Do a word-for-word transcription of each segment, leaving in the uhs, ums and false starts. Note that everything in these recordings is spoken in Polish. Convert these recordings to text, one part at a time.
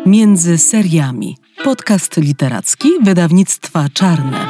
Między seriami. Podcast literacki wydawnictwa Czarne.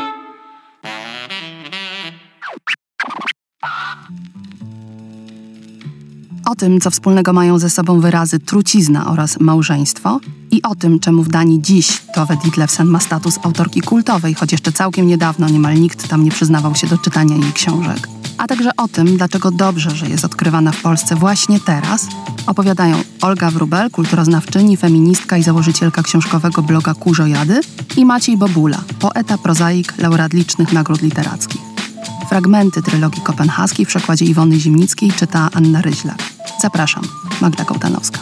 O tym, co wspólnego mają ze sobą wyrazy trucizna oraz małżeństwo i o tym, czemu w Danii dziś Tove Ditlevsen ma status autorki kultowej, choć jeszcze całkiem niedawno niemal nikt tam nie przyznawał się do czytania jej książek. A także o tym, dlaczego dobrze, że jest odkrywana w Polsce właśnie teraz, opowiadają Olga Wróbel, kulturoznawczyni, feministka i założycielka książkowego bloga Kurzojady, i Maciej Bobula, poeta, prozaik, laureat licznych nagród literackich. Fragmenty trylogii kopenhaskiej w przekładzie Iwony Zimnickiej czyta Anna Ryźlak. Zapraszam, Magda Kołtanowska.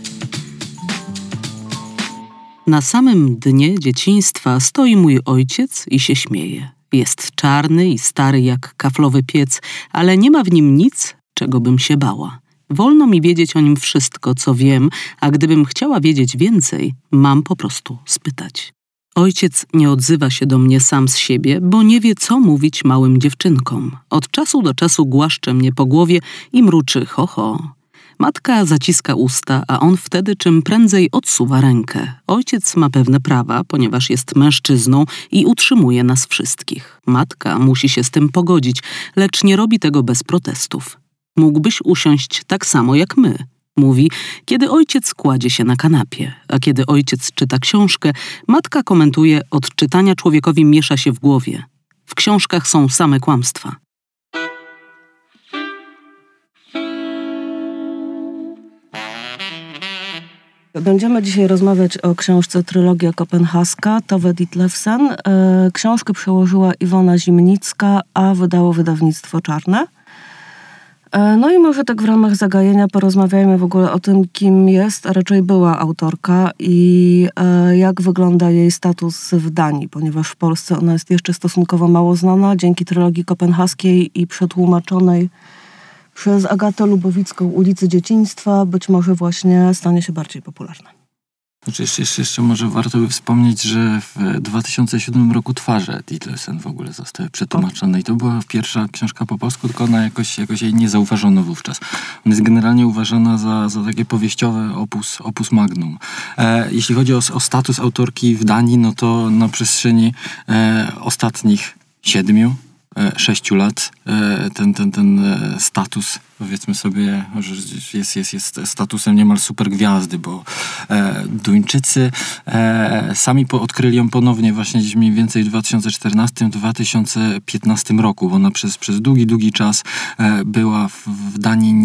Na samym dnie dzieciństwa stoi mój ojciec i się śmieje. Jest czarny i stary jak kaflowy piec, ale nie ma w nim nic, czego bym się bała. Wolno mi wiedzieć o nim wszystko, co wiem, a gdybym chciała wiedzieć więcej, mam po prostu spytać. Ojciec nie odzywa się do mnie sam z siebie, bo nie wie, co mówić małym dziewczynkom. Od czasu do czasu głaszcze mnie po głowie i mruczy ho, ho. Matka zaciska usta, a on wtedy czym prędzej odsuwa rękę. Ojciec ma pewne prawa, ponieważ jest mężczyzną i utrzymuje nas wszystkich. Matka musi się z tym pogodzić, lecz nie robi tego bez protestów. Mógłbyś usiąść tak samo jak my, mówi, kiedy ojciec kładzie się na kanapie, a kiedy ojciec czyta książkę, matka komentuje, od czytania człowiekowi miesza się w głowie. W książkach są same kłamstwa. Będziemy dzisiaj rozmawiać o książce Trylogia kopenhaska Tove Ditlevsen. Książkę przełożyła Iwona Zimnicka, a wydało wydawnictwo Czarne. No i może tak w ramach zagajenia porozmawiajmy w ogóle o tym, kim jest, a raczej była autorka i jak wygląda jej status w Danii, ponieważ w Polsce ona jest jeszcze stosunkowo mało znana dzięki Trylogii kopenhaskiej i przetłumaczonej przez Agatę Lubowicką Ulicy Dzieciństwa być może właśnie stanie się bardziej popularna. Znaczy jeszcze, jeszcze, jeszcze może warto by wspomnieć, że w dwa tysiące siódmym roku Twarze Ditlevsen w ogóle zostały przetłumaczone i to była pierwsza książka po polsku, tylko ona jakoś, jakoś jej nie zauważono wówczas. Ona jest generalnie uważana za, za takie powieściowe opus, opus magnum. E, jeśli chodzi o, o status autorki w Danii, no to na przestrzeni e, ostatnich siedmiu, sześciu lat ten, ten, ten status, powiedzmy sobie, że jest, jest, jest statusem niemal supergwiazdy, bo e, Duńczycy e, sami po, odkryli ją ponownie właśnie gdzieś mniej więcej w dwa tysiące czternastym do dwa tysiące piętnastym roku, bo ona przez, przez długi, długi czas e, była w, w Danii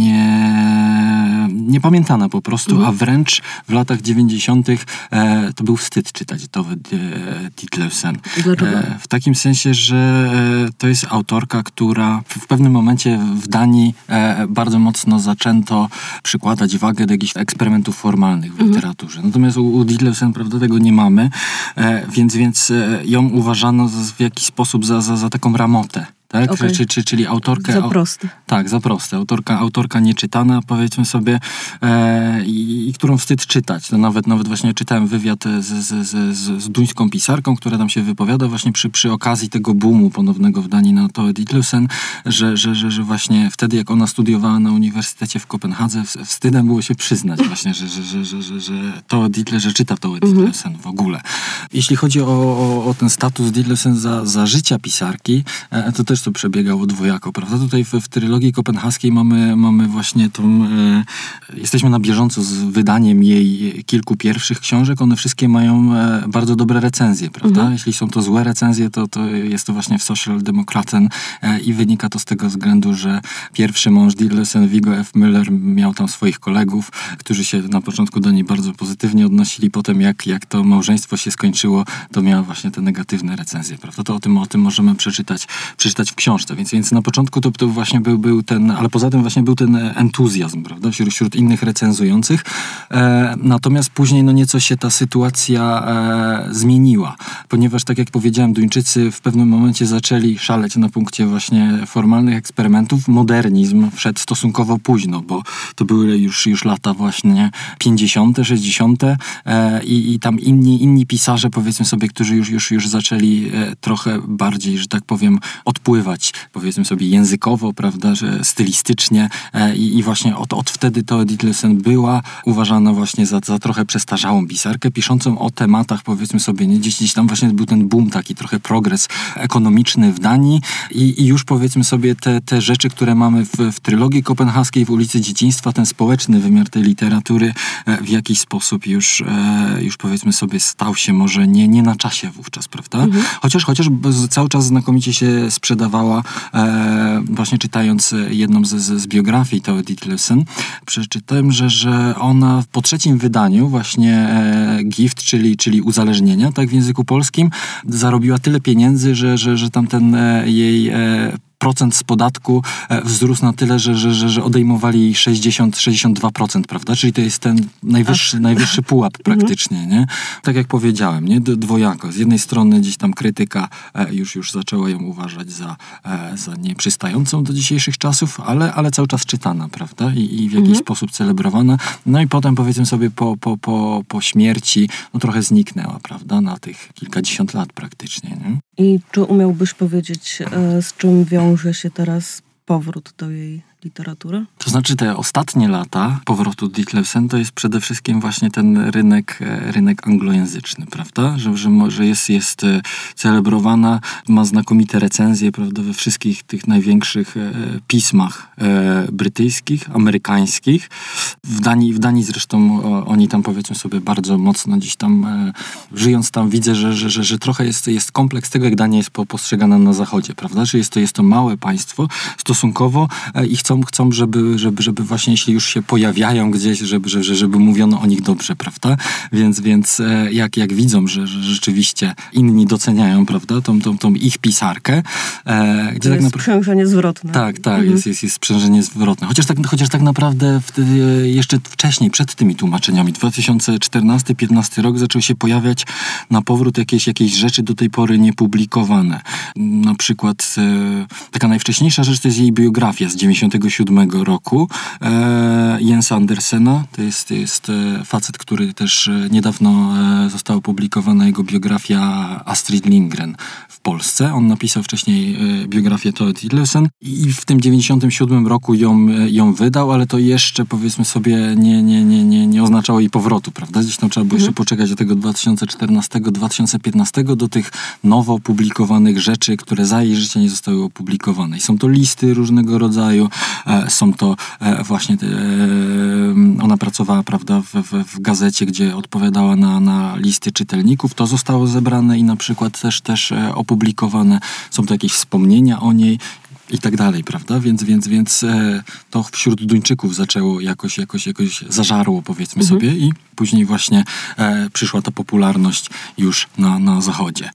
nie, niepamiętana po prostu, mhm. a wręcz w latach dziewięćdziesiątych e, to był wstyd czytać Tove Ditlevsen. Dlaczego? E, w takim sensie, że e, to jest autorka, która w pewnym momencie w Danii e, bardzo mocno zaczęto przykładać wagę do jakichś eksperymentów formalnych w literaturze. Natomiast u, u Ditlevsen, prawda, tego nie mamy, e, więc, więc e, ją uważano za, w jakiś sposób za, za, za taką ramotę. Tak? Okay. Czy, czy, czyli autorkę... Za proste. Tak, za proste. Autorka, autorka nieczytana, powiedzmy sobie, e, i, i którą wstyd czytać. To nawet, nawet właśnie czytałem wywiad z, z, z, z, z duńską pisarką, która tam się wypowiada właśnie przy, przy okazji tego boomu ponownego w Danii na Tove Ditlevsen, że, że, że, że właśnie wtedy, jak ona studiowała na Uniwersytecie w Kopenhadze, wstydem było się przyznać właśnie, że, że, że, że, że, że Tove Ditlevsen, że czyta Tove Ditlevsen w ogóle. Jeśli chodzi o, o, o ten status Ditlevsen za, za życia pisarki, e, to też to przebiegało dwojako, prawda? Tutaj w, w Trylogii kopenhaskiej mamy, mamy właśnie tą... E, jesteśmy na bieżąco z wydaniem jej kilku pierwszych książek. One wszystkie mają e, bardzo dobre recenzje, prawda? Mhm. Jeśli są to złe recenzje, to, to jest to właśnie w Social Democraten e, i wynika to z tego względu, że pierwszy mąż Ditlevsen, Viggo F. Müller, miał tam swoich kolegów, którzy się na początku do niej bardzo pozytywnie odnosili. Potem jak, jak to małżeństwo się skończyło, to miała właśnie te negatywne recenzje, prawda? To o tym, o tym możemy przeczytać, przeczytać w książce. Więc, więc na początku to, to właśnie był, był ten, ale poza tym właśnie był ten entuzjazm, prawda, wśród, wśród innych recenzujących. E, natomiast później no nieco się ta sytuacja e, zmieniła, ponieważ tak jak powiedziałem, Duńczycy w pewnym momencie zaczęli szaleć na punkcie właśnie formalnych eksperymentów. Modernizm wszedł stosunkowo późno, bo to były już, już lata właśnie pięćdziesiąte, sześćdziesiąte e, i, i tam inni, inni pisarze, powiedzmy sobie, którzy już, już, już zaczęli e, trochę bardziej, że tak powiem, odpływać wpływać, powiedzmy sobie, językowo, prawda, że stylistycznie e, i, i właśnie od, od wtedy Tove Ditlevsen była uważana właśnie za, za trochę przestarzałą pisarkę, piszącą o tematach, powiedzmy sobie, nie, gdzieś, gdzieś tam właśnie był ten boom, taki trochę progres ekonomiczny w Danii i, i już powiedzmy sobie te, te rzeczy, które mamy w, w trylogii kopenhaskiej, w Ulicy Dzieciństwa, ten społeczny wymiar tej literatury e, w jakiś sposób już, e, już powiedzmy sobie stał się może nie, nie na czasie wówczas, prawda? Mhm. Chociaż, chociaż cały czas znakomicie się sprzedawała, e, właśnie czytając jedną z, z, z biografii Tove Ditlevsen, przeczytałem, że, że ona po trzecim wydaniu właśnie e, Gift, czyli, czyli uzależnienia, tak w języku polskim, zarobiła tyle pieniędzy, że, że, że tamten e, jej e, procent z podatku wzrósł na tyle, że, że, że, że odejmowali sześćdziesiąt do sześćdziesięciu dwóch procent, prawda? Czyli to jest ten najwyższy, najwyższy pułap praktycznie, nie? Tak jak powiedziałem, nie? Dwojako. Z jednej strony gdzieś tam krytyka już, już zaczęła ją uważać za, za nieprzystającą do dzisiejszych czasów, ale, ale cały czas czytana, prawda? I, i w jakiś mhm. sposób celebrowana. No i potem, powiedzmy sobie, po, po, po, po śmierci, no trochę zniknęła, prawda? Na tych kilkadziesiąt lat praktycznie, nie? I czy umiałbyś powiedzieć, z czym wiąże się teraz powrót do jej literatury? To znaczy te ostatnie lata powrotu Ditlevsen to jest przede wszystkim właśnie ten rynek, rynek anglojęzyczny, prawda? Że, że, że jest, jest celebrowana, ma znakomite recenzje, prawda, we wszystkich tych największych e, pismach e, brytyjskich, amerykańskich. W Danii, w Danii zresztą o, oni tam, powiedzmy sobie, bardzo mocno gdzieś tam, e, żyjąc tam, widzę, że, że, że, że trochę jest, jest kompleks tego, jak Dania jest po, postrzegana na zachodzie, prawda? Że jest to, jest to małe państwo stosunkowo e, i chcą, chcą żeby, żeby, żeby właśnie, jeśli już się pojawiają gdzieś, żeby, żeby, żeby mówiono o nich dobrze, prawda? Więc, więc e, jak, jak widzą, że, że rzeczywiście inni doceniają, prawda, tą, tą, tą ich pisarkę. E, gdzie to tak jest napra- sprzężenie zwrotne. Tak, tak, mhm. jest, jest, jest sprzężenie zwrotne. Chociaż tak, chociaż tak naprawdę wtedy, jeszcze wcześniej, przed tymi tłumaczeniami, dwa tysiące czternasty piętnasty rok zaczęły się pojawiać na powrót jakieś, jakieś rzeczy do tej pory niepublikowane. Na przykład e, taka najwcześniejsza rzecz to jest jej biografia z dziewięćdziesiątego siódmego roku e, Jensa Andersena. To jest, to jest e, facet, który też e, niedawno e, została opublikowana jego biografia Astrid Lindgren w Polsce. On napisał wcześniej e, biografię Tove Ditlevsen i w tym dziewięćdziesiątym siódmym roku ją, e, ją wydał, ale to jeszcze, powiedzmy sobie, nie, nie, nie, nie, nie oznaczało jej powrotu, prawda? Gdzieś tam trzeba było mhm. jeszcze poczekać do tego dwa tysiące czternastego do dwa tysiące piętnastego, do tych nowo opublikowanych rzeczy, które za jej życia nie zostały opublikowane. I są to listy różnego rodzaju, e, są to e, właśnie te, e, ona pracowała, prawda, w, w, w gazecie, gdzie odpowiadała na, na listy czytelników. To zostało zebrane i na przykład też, też e, opublikowane. Są to jakieś wspomnienia o niej i tak dalej, prawda? Więc, więc, więc e, to wśród Duńczyków zaczęło jakoś, jakoś, jakoś zażarło, powiedzmy mhm. sobie, i później właśnie e, przyszła ta popularność już na, na zachodzie.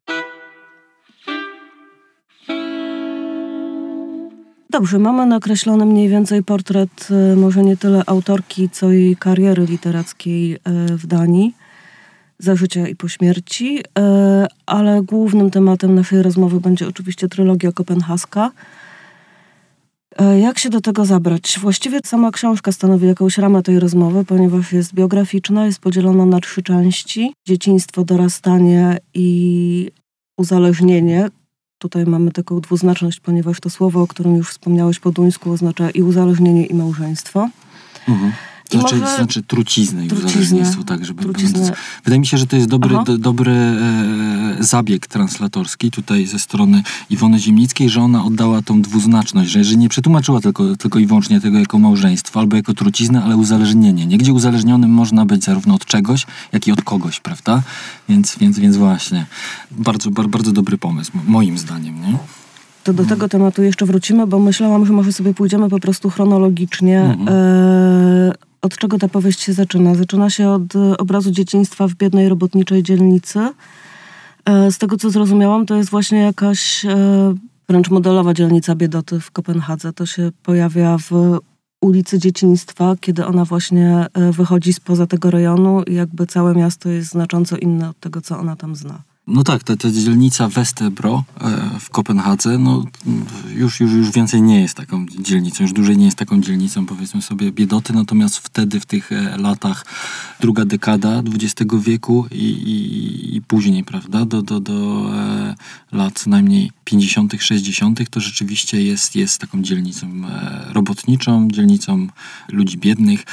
Dobrze, mamy nakreślony mniej więcej portret może nie tyle autorki, co jej kariery literackiej w Danii, za życia i po śmierci, ale głównym tematem naszej rozmowy będzie oczywiście trylogia kopenhaska. Jak się do tego zabrać? Właściwie sama książka stanowi jakąś ramę tej rozmowy, ponieważ jest biograficzna, jest podzielona na trzy części. Dzieciństwo, dorastanie i uzależnienie. Tutaj mamy taką dwuznaczność, ponieważ to słowo, o którym już wspomniałeś po duńsku, oznacza i uzależnienie, i małżeństwo. Mhm. To znaczy, to znaczy truciznę i uzależnienie, tak, żeby... Truciznę. Wydaje mi się, że to jest dobry, do, dobry e, zabieg translatorski tutaj ze strony Iwony Zimnickiej, że ona oddała tą dwuznaczność, że, że nie przetłumaczyła tylko, tylko i wyłącznie tego jako małżeństwo albo jako truciznę, ale uzależnienie. Nie, gdzie uzależnionym można być zarówno od czegoś, jak i od kogoś, prawda? Więc, więc, więc właśnie, bardzo, bardzo, bardzo dobry pomysł, moim zdaniem, nie? To do tego tematu jeszcze wrócimy, bo myślałam, że może sobie pójdziemy po prostu chronologicznie. Mhm. E, od czego ta powieść się zaczyna? Zaczyna się od obrazu dzieciństwa w biednej robotniczej dzielnicy. E, z tego, co zrozumiałam, to jest właśnie jakaś e, wręcz modelowa dzielnica biedoty w Kopenhadze. To się pojawia w ulicy Dzieciństwa, kiedy ona właśnie wychodzi spoza tego rejonu i jakby całe miasto jest znacząco inne od tego, co ona tam zna. No tak, ta, ta dzielnica Westerbro e, w Kopenhadze, no już, już, już więcej nie jest taką dzielnicą, już dłużej nie jest taką dzielnicą, powiedzmy sobie, biedoty, natomiast wtedy w tych e, latach, druga dekada dwudziestego wieku i, i, i później, prawda, do, do, do e, lat co najmniej pięćdziesiątych, sześćdziesiątych, to rzeczywiście jest, jest taką dzielnicą e, robotniczą, dzielnicą ludzi biednych,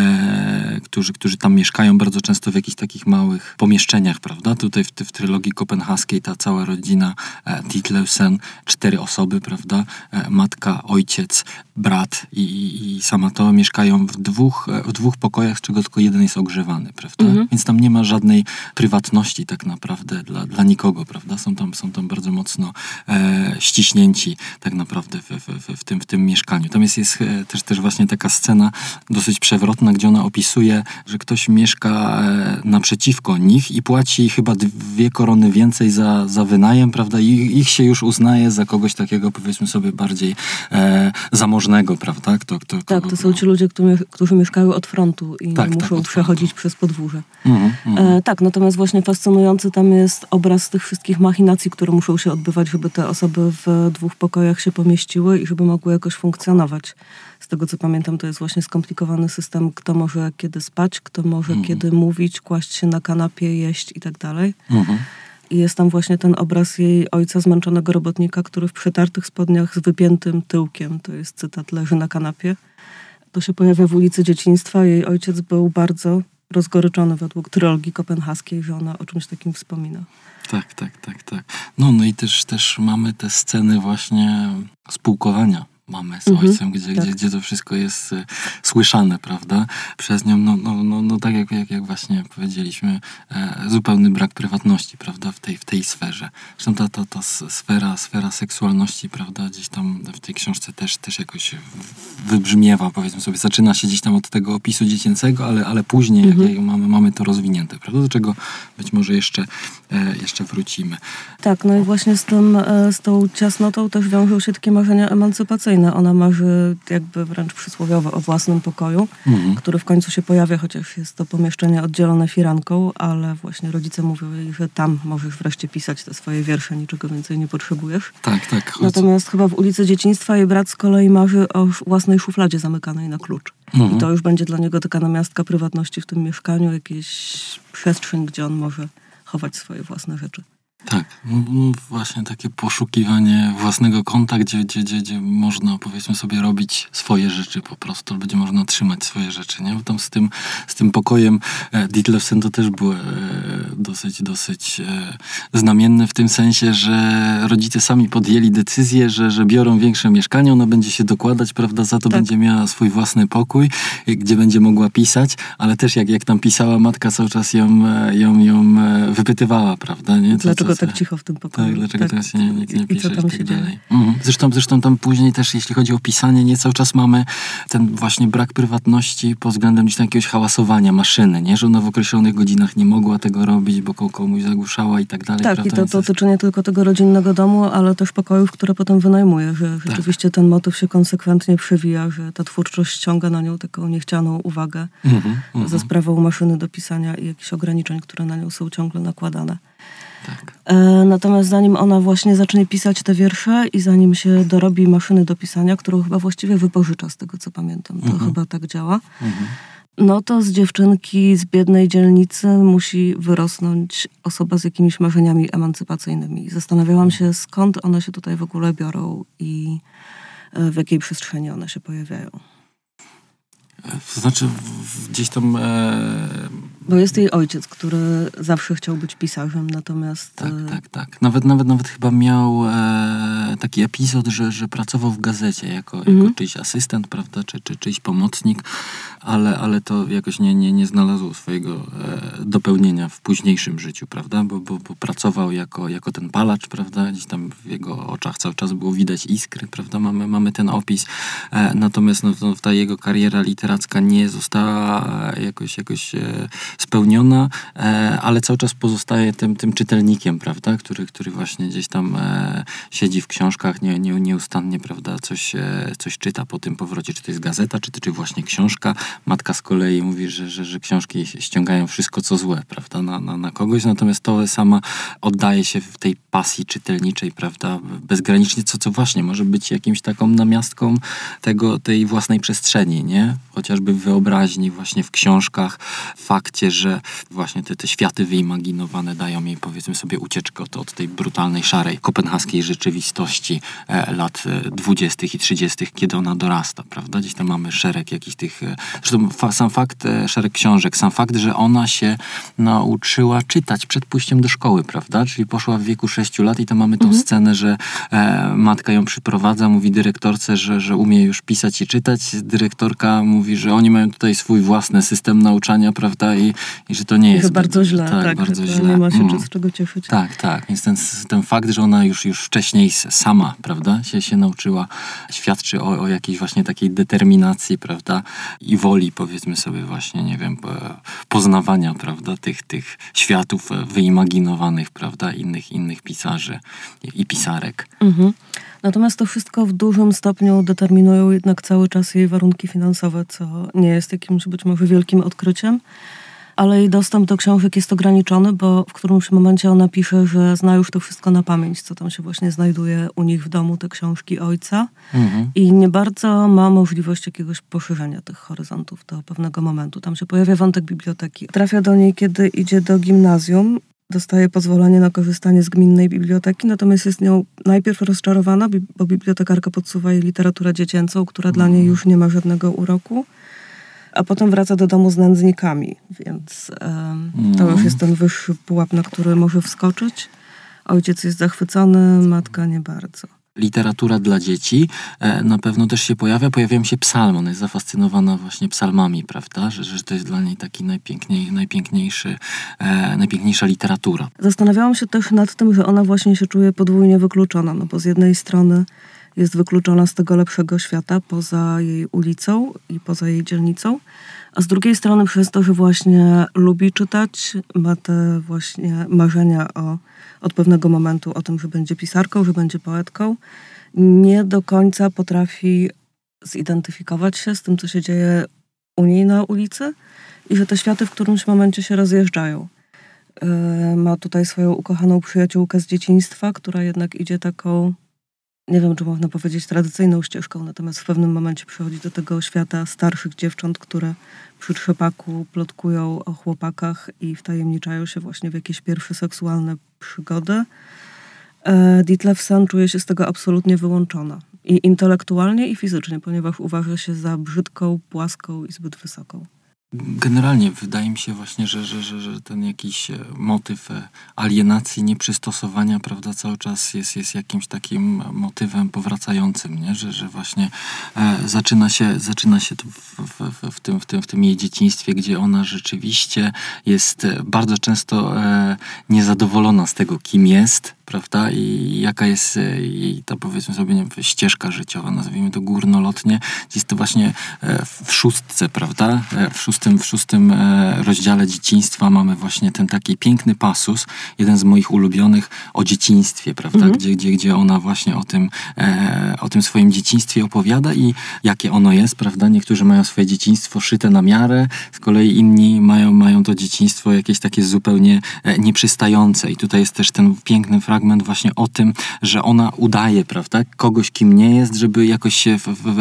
e, którzy, którzy tam mieszkają bardzo często w jakichś takich małych pomieszczeniach, prawda, tutaj w, w trylogii kopenhaskiej ta cała rodzina e, Ditlevsen, cztery osoby, prawda, e, matka, ojciec, brat i, i, i sama to mieszkają w dwóch, e, w dwóch pokojach, z czego tylko jeden jest ogrzewany, prawda, Mhm. więc tam nie ma żadnej prywatności tak naprawdę dla, dla nikogo, prawda, są tam, są tam bardzo mocno e, ściśnięci tak naprawdę w, w, w, tym, w tym mieszkaniu. Tam jest, jest e, też, też właśnie taka scena dosyć przewrotna, gdzie ona opisuje, że ktoś mieszka e, naprzeciwko nich i płaci chyba dwie korony więcej za, za wynajem, prawda, i ich się już uznaje za kogoś takiego, powiedzmy sobie, bardziej e, zamożnego, prawda, kto, kto, Tak, kogo, to są ci ludzie, którzy, którzy mieszkają od frontu i Tak, nie tak, muszą od przechodzić frontu. przez podwórze. Mhm, mhm. E, tak, natomiast właśnie fascynujący tam jest obraz tych wszystkich machinacji, które muszą się odbywać, żeby te osoby w dwóch pokojach się pomieściły i żeby mogły jakoś funkcjonować. Z tego, co pamiętam, to jest właśnie skomplikowany system, kto może kiedy spać, kto może Mhm. kiedy mówić, kłaść się na kanapie, jeść i tak dalej. Mhm. I jest tam właśnie ten obraz jej ojca, zmęczonego robotnika, który w przetartych spodniach z wypiętym tyłkiem, to jest cytat, leży na kanapie. To się pojawia w ulicy Dzieciństwa. Jej ojciec był bardzo rozgoryczony według trylogii kopenhaskiej, że ona o czymś takim wspomina. Tak, tak, tak, tak. No, no i też, też mamy te sceny właśnie spółkowania mamy z Mhm, ojcem, gdzie, tak. gdzie, gdzie to wszystko jest e, słyszane, prawda? Przez nią, no, no, no, no tak jak, jak, jak właśnie powiedzieliśmy, e, zupełny brak prywatności, prawda, w tej, w tej sferze. Zresztą ta, ta, ta s- sfera, sfera seksualności, prawda, gdzieś tam w tej książce też, też jakoś w- wybrzmiewa, powiedzmy sobie. Zaczyna się gdzieś tam od tego opisu dziecięcego, ale, ale później Mhm. jak, jak mamy, mamy to rozwinięte, prawda, do czego być może jeszcze, e, jeszcze wrócimy. Tak, no i właśnie z, tym, e, z tą ciasnotą też wiążą się takie marzenia emancypacyjne. Ona marzy jakby wręcz przysłowiowo o własnym pokoju, Mhm. który w końcu się pojawia, chociaż jest to pomieszczenie oddzielone firanką, ale właśnie rodzice mówią jej, że tam możesz wreszcie pisać te swoje wiersze, niczego więcej nie potrzebujesz. Tak, tak. Choć... Natomiast chyba w ulicy Dzieciństwa jej brat z kolei marzy o sz- własnej szufladzie zamykanej na klucz. Mhm. I to już będzie dla niego taka namiastka prywatności w tym mieszkaniu, jakieś przestrzeń, gdzie on może chować swoje własne rzeczy. Tak, no, no właśnie takie poszukiwanie własnego kąta, gdzie, gdzie, gdzie, gdzie można, powiedzmy sobie, robić swoje rzeczy po prostu, będzie można trzymać swoje rzeczy, nie? Bo tam z tym, z tym pokojem e, Ditlevsen to też było e, dosyć, dosyć e, znamienne w tym sensie, że rodzice sami podjęli decyzję, że, że biorą większe mieszkanie, ona będzie się dokładać, prawda, za to Tak. będzie miała swój własny pokój, e, gdzie będzie mogła pisać, ale też jak, jak tam pisała matka, cały czas ją, e, ją, ją e, wypytywała, prawda, nie? Co, Dlaczego co, co, tak cicho w tym pokoju? tak, dlaczego teraz nie, nic nie I- I co piszesz tam i się tak dzieje? dalej. Mhm. Zresztą, zresztą tam później też, jeśli chodzi o pisanie, nie cały czas mamy ten właśnie brak prywatności pod względem gdzieś tam jakiegoś hałasowania maszyny, nie? Że ona w określonych godzinach nie mogła tego robić, bo ko- komuś zagłuszała i tak dalej. Tak, prawda? i to Więc jest- dotyczy nie tylko tego rodzinnego domu, ale też pokojów, które potem wynajmuje, że rzeczywiście ten motyw się konsekwentnie przewija, że ta twórczość ściąga na nią taką niechcianą uwagę Mhm, mhm. za sprawą maszyny do pisania i jakichś ograniczeń, które na nią są ciągle nakładane. Tak. E, natomiast zanim ona właśnie zacznie pisać te wiersze i zanim się dorobi maszyny do pisania, którą chyba właściwie wypożycza z tego, co pamiętam, to Mhm. chyba tak działa, Mhm. no to z dziewczynki z biednej dzielnicy musi wyrosnąć osoba z jakimiś marzeniami emancypacyjnymi. Zastanawiałam się, skąd one się tutaj w ogóle biorą i e, w jakiej przestrzeni one się pojawiają. To znaczy w- gdzieś tam... E, Bo jest jej ojciec, który zawsze chciał być pisarzem, natomiast... tak, e, tak, tak. Nawet, nawet, nawet chyba miał e, taki epizod, że, że pracował w gazecie jako, Mhm. jako czyjś asystent, prawda, czy, czy czyjś pomocnik, ale, ale to jakoś nie, nie, nie znalazło swojego e, dopełnienia w późniejszym życiu, prawda, bo, bo, bo pracował jako, jako ten palacz, prawda, gdzieś tam w jego oczach cały czas było widać iskry, prawda, mamy, mamy ten opis, e, natomiast no, to, ta jego kariera literacka nie została e, jakoś, jakoś e, spełniona, e, ale cały czas pozostaje tym, tym czytelnikiem, prawda, który, który właśnie gdzieś tam e, siedzi w książkach, nie, nie, nieustannie, prawda, coś, e, coś czyta po tym powrocie, czy to jest gazeta, czy, czy właśnie książka Matka z kolei mówi, że, że, że książki ściągają wszystko, co złe, prawda, na, na, na kogoś. Natomiast Tove sama oddaje się w tej pasji czytelniczej, prawda, bezgranicznie, co, co właśnie może być jakimś taką namiastką tego, tej własnej przestrzeni, nie? Chociażby w wyobraźni, właśnie w książkach, w fakcie, że właśnie te, te światy wyimaginowane dają jej, powiedzmy sobie, ucieczkę od, od tej brutalnej, szarej, kopenhaskiej rzeczywistości e, lat dwudziestych i trzydziestych, kiedy ona dorasta, prawda? Gdzieś tam mamy szereg jakichś tych... E, zresztą fa, sam fakt, e, szereg książek, sam fakt, że ona się nauczyła czytać przed pójściem do szkoły, prawda? Czyli poszła w wieku sześciu lat i tam mamy tą mhm. scenę, że e, matka ją przyprowadza, mówi dyrektorce, że, że umie już pisać i czytać. Dyrektorka mówi, że oni mają tutaj swój własny system nauczania, prawda? I, i że to nie jest... To bardzo źle, tak, tak bardzo to źle. Nie ma się mm. z czego cieszyć. Tak, tak. Więc ten, ten fakt, że ona już, już wcześniej sama, prawda, się, się nauczyła, świadczy o, o jakiejś właśnie takiej determinacji, prawda, i woli, powiedzmy sobie właśnie, nie wiem, poznawania, prawda, tych, tych światów wyimaginowanych, prawda, innych, innych pisarzy i, i pisarek. Mhm. Natomiast to wszystko w dużym stopniu determinują jednak cały czas jej warunki finansowe, co nie jest jakimś być może wielkim odkryciem, ale jej dostęp do książek jest ograniczony, bo w którymś momencie ona pisze, że zna już to wszystko na pamięć, co tam się właśnie znajduje u nich w domu, te książki ojca. Mhm. I nie bardzo ma możliwość jakiegoś poszerzenia tych horyzontów do pewnego momentu. Tam się pojawia wątek biblioteki. Trafia do niej, kiedy idzie do gimnazjum, dostaje pozwolenie na korzystanie z gminnej biblioteki, natomiast jest nią najpierw rozczarowana, bo bibliotekarka podsuwa jej literaturę dziecięcą, która mhm. dla niej już nie ma żadnego uroku. A potem wraca do domu z nędznikami, więc um, to już jest ten wyższy pułap, na który może wskoczyć. Ojciec jest zachwycony, matka nie bardzo. Literatura dla dzieci e, na pewno też się pojawia. Pojawiają się psalmy. Ona jest zafascynowana właśnie psalmami, prawda? Że, że to jest dla niej taki najpiękniej, najpiękniejszy, e, najpiękniejsza literatura. Zastanawiałam się też nad tym, że ona właśnie się czuje podwójnie wykluczona, no bo z jednej strony jest wykluczona z tego lepszego świata poza jej ulicą i poza jej dzielnicą, a z drugiej strony przez to, że właśnie lubi czytać, ma te właśnie marzenia o, od pewnego momentu o tym, że będzie pisarką, że będzie poetką, nie do końca potrafi zidentyfikować się z tym, co się dzieje u niej na ulicy i że te światy w którymś momencie się rozjeżdżają. Yy, ma tutaj swoją ukochaną przyjaciółkę z dzieciństwa, która jednak idzie taką, nie wiem, czy można powiedzieć tradycyjną ścieżką, natomiast w pewnym momencie przychodzi do tego świata starszych dziewcząt, które przy trzepaku plotkują o chłopakach i wtajemniczają się właśnie w jakieś pierwsze seksualne przygody. E, Ditlevsen czuje się z tego absolutnie wyłączona. I intelektualnie, i fizycznie, ponieważ uważa się za brzydką, płaską i zbyt wysoką. Generalnie wydaje mi się właśnie, że, że, że, że ten jakiś motyw alienacji, nieprzystosowania, prawda, cały czas jest, jest jakimś takim motywem powracającym, nie? Że, że właśnie e, zaczyna się, zaczyna się to w, w, w, tym, w, tym, w tym jej dzieciństwie, gdzie ona rzeczywiście jest bardzo często e, niezadowolona z tego, kim jest, prawda, i jaka jest jej ta, powiedzmy sobie, nie wiem, ścieżka życiowa, nazwijmy to górnolotnie. Jest to właśnie e, w szóstce, prawda, e, w szóstce W szóstym rozdziale dzieciństwa mamy właśnie ten taki piękny pasus, jeden z moich ulubionych, o dzieciństwie, prawda? Mhm. Gdzie, gdzie, gdzie ona właśnie o tym, e, o tym swoim dzieciństwie opowiada i jakie ono jest, prawda? Niektórzy mają swoje dzieciństwo szyte na miarę, z kolei inni mają, mają to dzieciństwo jakieś takie zupełnie e, nieprzystające. I tutaj jest też ten piękny fragment właśnie o tym, że ona udaje, prawda? Kogoś, kim nie jest, żeby jakoś się w, w,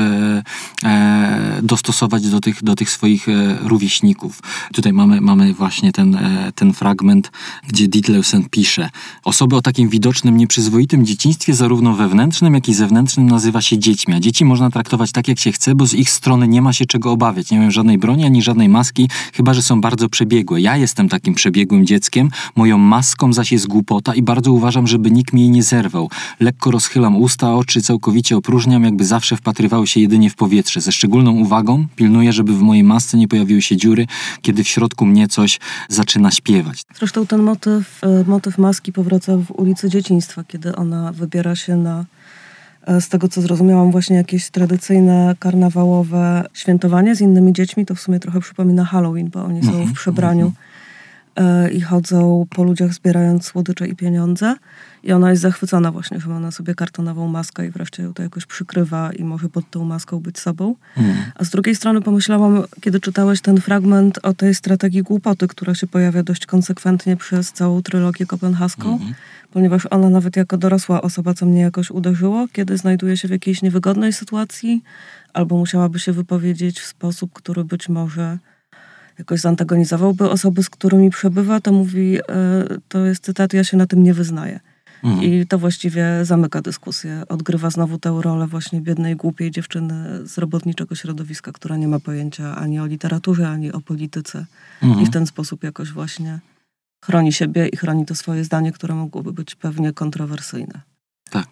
e, dostosować do tych, do tych swoich e, rówieśników. Tutaj mamy, mamy właśnie ten, ten fragment, gdzie Ditlevsen pisze: osoby o takim widocznym, nieprzyzwoitym dzieciństwie, zarówno wewnętrznym, jak i zewnętrznym, nazywa się dziećmi. A dzieci można traktować tak, jak się chce, bo z ich strony nie ma się czego obawiać. Nie mają żadnej broni, ani żadnej maski, chyba że są bardzo przebiegłe. Ja jestem takim przebiegłym dzieckiem, moją maską zaś jest głupota i bardzo uważam, żeby nikt mi jej nie zerwał. Lekko rozchylam usta, oczy całkowicie opróżniam, jakby zawsze wpatrywały się jedynie w powietrze. Ze szczególną uwagą pilnuję, żeby w mojej masce nie pojawiły się dziury, kiedy w środku mnie coś zaczyna śpiewać. Zresztą ten motyw, motyw maski powraca w Ulicy Dzieciństwa, kiedy ona wybiera się na, z tego co zrozumiałam, właśnie jakieś tradycyjne, karnawałowe świętowanie z innymi dziećmi. To w sumie trochę przypomina Halloween, bo oni są w przebraniu e, i chodzą po ludziach zbierając słodycze i pieniądze. I ona jest zachwycona właśnie, że ma na sobie kartonową maskę i wreszcie ją to jakoś przykrywa i może pod tą maską być sobą. Mm. A z drugiej strony pomyślałam, kiedy czytałeś ten fragment o tej strategii głupoty, która się pojawia dość konsekwentnie przez całą trylogię kopenhaską, mm. ponieważ ona nawet jako dorosła osoba, co mnie jakoś uderzyło, kiedy znajduje się w jakiejś niewygodnej sytuacji, albo musiałaby się wypowiedzieć w sposób, który być może jakoś zantagonizowałby osoby, z którymi przebywa, to mówi, yy, to jest cytat, ja się na tym nie wyznaję. Mhm. I to właściwie zamyka dyskusję. Odgrywa znowu tę rolę właśnie biednej, głupiej dziewczyny z robotniczego środowiska, która nie ma pojęcia ani o literaturze, ani o polityce. Mhm. I w ten sposób jakoś właśnie chroni siebie i chroni to swoje zdanie, które mogłoby być pewnie kontrowersyjne. Tak.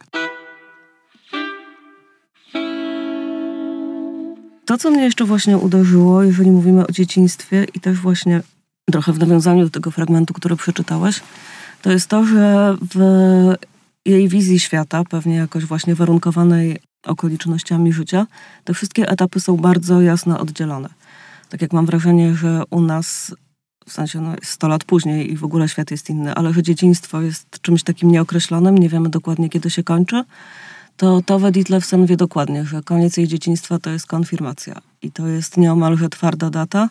To, co mnie jeszcze właśnie uderzyło, jeżeli mówimy o dzieciństwie i też właśnie trochę w nawiązaniu do tego fragmentu, który przeczytałeś, to jest to, że w jej wizji świata, pewnie jakoś właśnie warunkowanej okolicznościami życia, te wszystkie etapy są bardzo jasno oddzielone. Tak jak mam wrażenie, że u nas, w sensie no, sto lat później i w ogóle świat jest inny, ale że dzieciństwo jest czymś takim nieokreślonym, nie wiemy dokładnie, kiedy się kończy, to Tove Ditlevsen wie dokładnie, że koniec jej dzieciństwa to jest konfirmacja. I to jest nieomalże twarda data.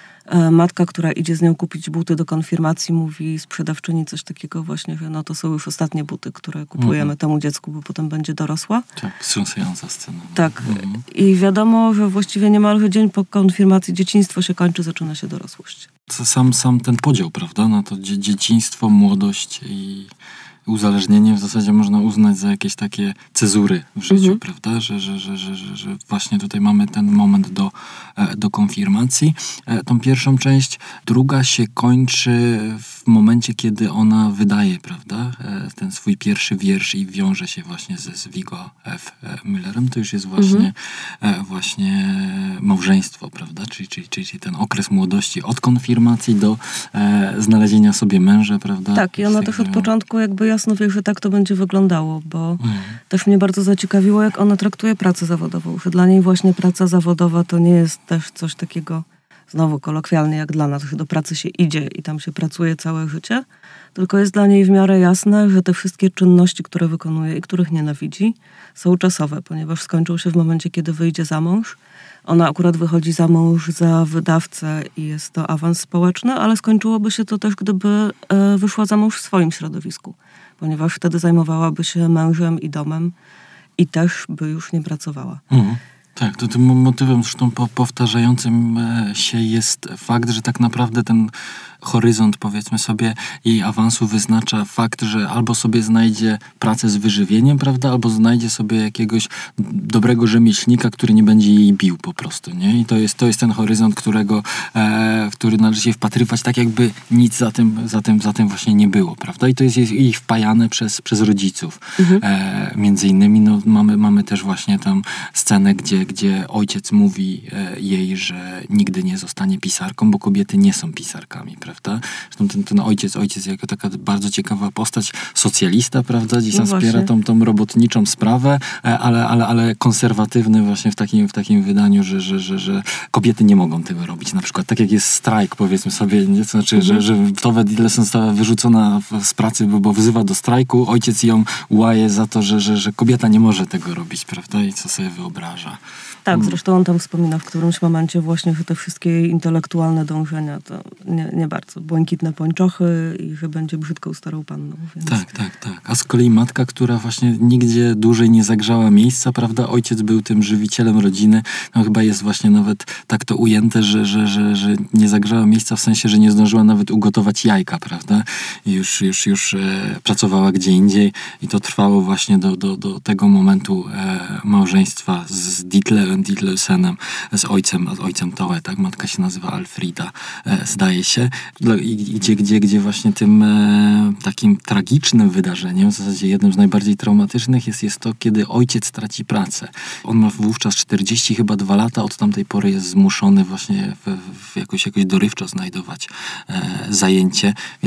Matka, która idzie z nią kupić buty do konfirmacji, mówi sprzedawczyni coś takiego właśnie, że no to są już ostatnie buty, które kupujemy mm-hmm. temu dziecku, bo potem będzie dorosła. Tak, wstrząsająca scena. Tak. Mm-hmm. I wiadomo, że właściwie niemalże dzień po konfirmacji dzieciństwo się kończy, zaczyna się dorosłość. To sam, sam ten podział, prawda? No to dzie- dzieciństwo, młodość i uzależnienie w zasadzie można uznać za jakieś takie cezury w życiu, mhm. prawda? Że, że, że, że, że, że właśnie tutaj mamy ten moment do, do konfirmacji. Tą pierwszą część, druga się kończy w momencie, kiedy ona wydaje, prawda? Ten swój pierwszy wiersz i wiąże się właśnie ze z Viggo F. Müllerem. To już jest właśnie, mhm. właśnie małżeństwo, prawda? Czyli, czyli, czyli ten okres młodości od konfirmacji do e, znalezienia sobie męża, prawda? Tak, i ona też od początku jakby jasno wie, że tak to będzie wyglądało, bo mhm. też mnie bardzo zaciekawiło, jak ona traktuje pracę zawodową. Że dla niej właśnie praca zawodowa to nie jest też coś takiego, znowu kolokwialnie jak dla nas, że do pracy się idzie i tam się pracuje całe życie, tylko jest dla niej w miarę jasne, że te wszystkie czynności, które wykonuje i których nienawidzi, są czasowe, ponieważ skończą się w momencie, kiedy wyjdzie za mąż. Ona akurat wychodzi za mąż za wydawcę i jest to awans społeczny, ale skończyłoby się to też, gdyby e, wyszła za mąż w swoim środowisku, ponieważ wtedy zajmowałaby się mężem i domem i też by już nie pracowała. Mhm. Tak, to tym motywem zresztą powtarzającym się jest fakt, że tak naprawdę ten horyzont, powiedzmy sobie, jej awansu wyznacza fakt, że albo sobie znajdzie pracę z wyżywieniem, prawda, albo znajdzie sobie jakiegoś dobrego rzemieślnika, który nie będzie jej bił po prostu, nie? I to jest, to jest ten horyzont, którego, e, w który należy się wpatrywać, tak jakby nic za tym, za tym, za tym właśnie nie było, prawda? I to jest jej wpajane przez, przez rodziców. Mhm. E, między innymi no, mamy, mamy też właśnie tam scenę, gdzie, gdzie ojciec mówi e, jej, że nigdy nie zostanie pisarką, bo kobiety nie są pisarkami, prawda? Zresztą ten, ten ojciec, ojciec jako taka bardzo ciekawa postać, socjalista, prawda? Gdzieś tam no wspiera tą, tą robotniczą sprawę, ale, ale, ale konserwatywny właśnie w takim, w takim wydaniu, że, że, że, że kobiety nie mogą tego robić. Na przykład tak jak jest strajk, powiedzmy sobie, nie? To znaczy, mhm. że, że Tove Ditlevsen została wyrzucona z pracy, bo, bo wzywa do strajku, ojciec ją łaje za to, że, że, że kobieta nie może tego robić, prawda? I co sobie wyobraża. Tak, zresztą on tam wspomina w którymś momencie właśnie, że te wszystkie jej intelektualne dążenia to nie, nie bardzo. Błękitne pończochy i że będzie brzydką starą panną. Więc... Tak, tak, tak. A z kolei matka, która właśnie nigdzie dłużej nie zagrzała miejsca, prawda? Ojciec był tym żywicielem rodziny. No chyba jest właśnie nawet tak to ujęte, że, że, że, że nie zagrzała miejsca w sensie, że nie zdążyła nawet ugotować jajka, prawda? I już, już, już e, pracowała gdzie indziej i to trwało właśnie do, do, do tego momentu e, małżeństwa z Ditlevem Ditlevsenem, z ojcem, z ojcem Tove, tak? Matka się nazywa Alfrida, e, zdaje się. I, gdzie, gdzie, gdzie właśnie tym e, takim tragicznym wydarzeniem, w zasadzie jednym z najbardziej traumatycznych jest, jest to, kiedy ojciec traci pracę. On ma wówczas czterdzieści chyba dwa lata, od tamtej pory jest zmuszony właśnie w, w jakoś, jakoś dorywczo znajdować e, zajęcie, więc, więc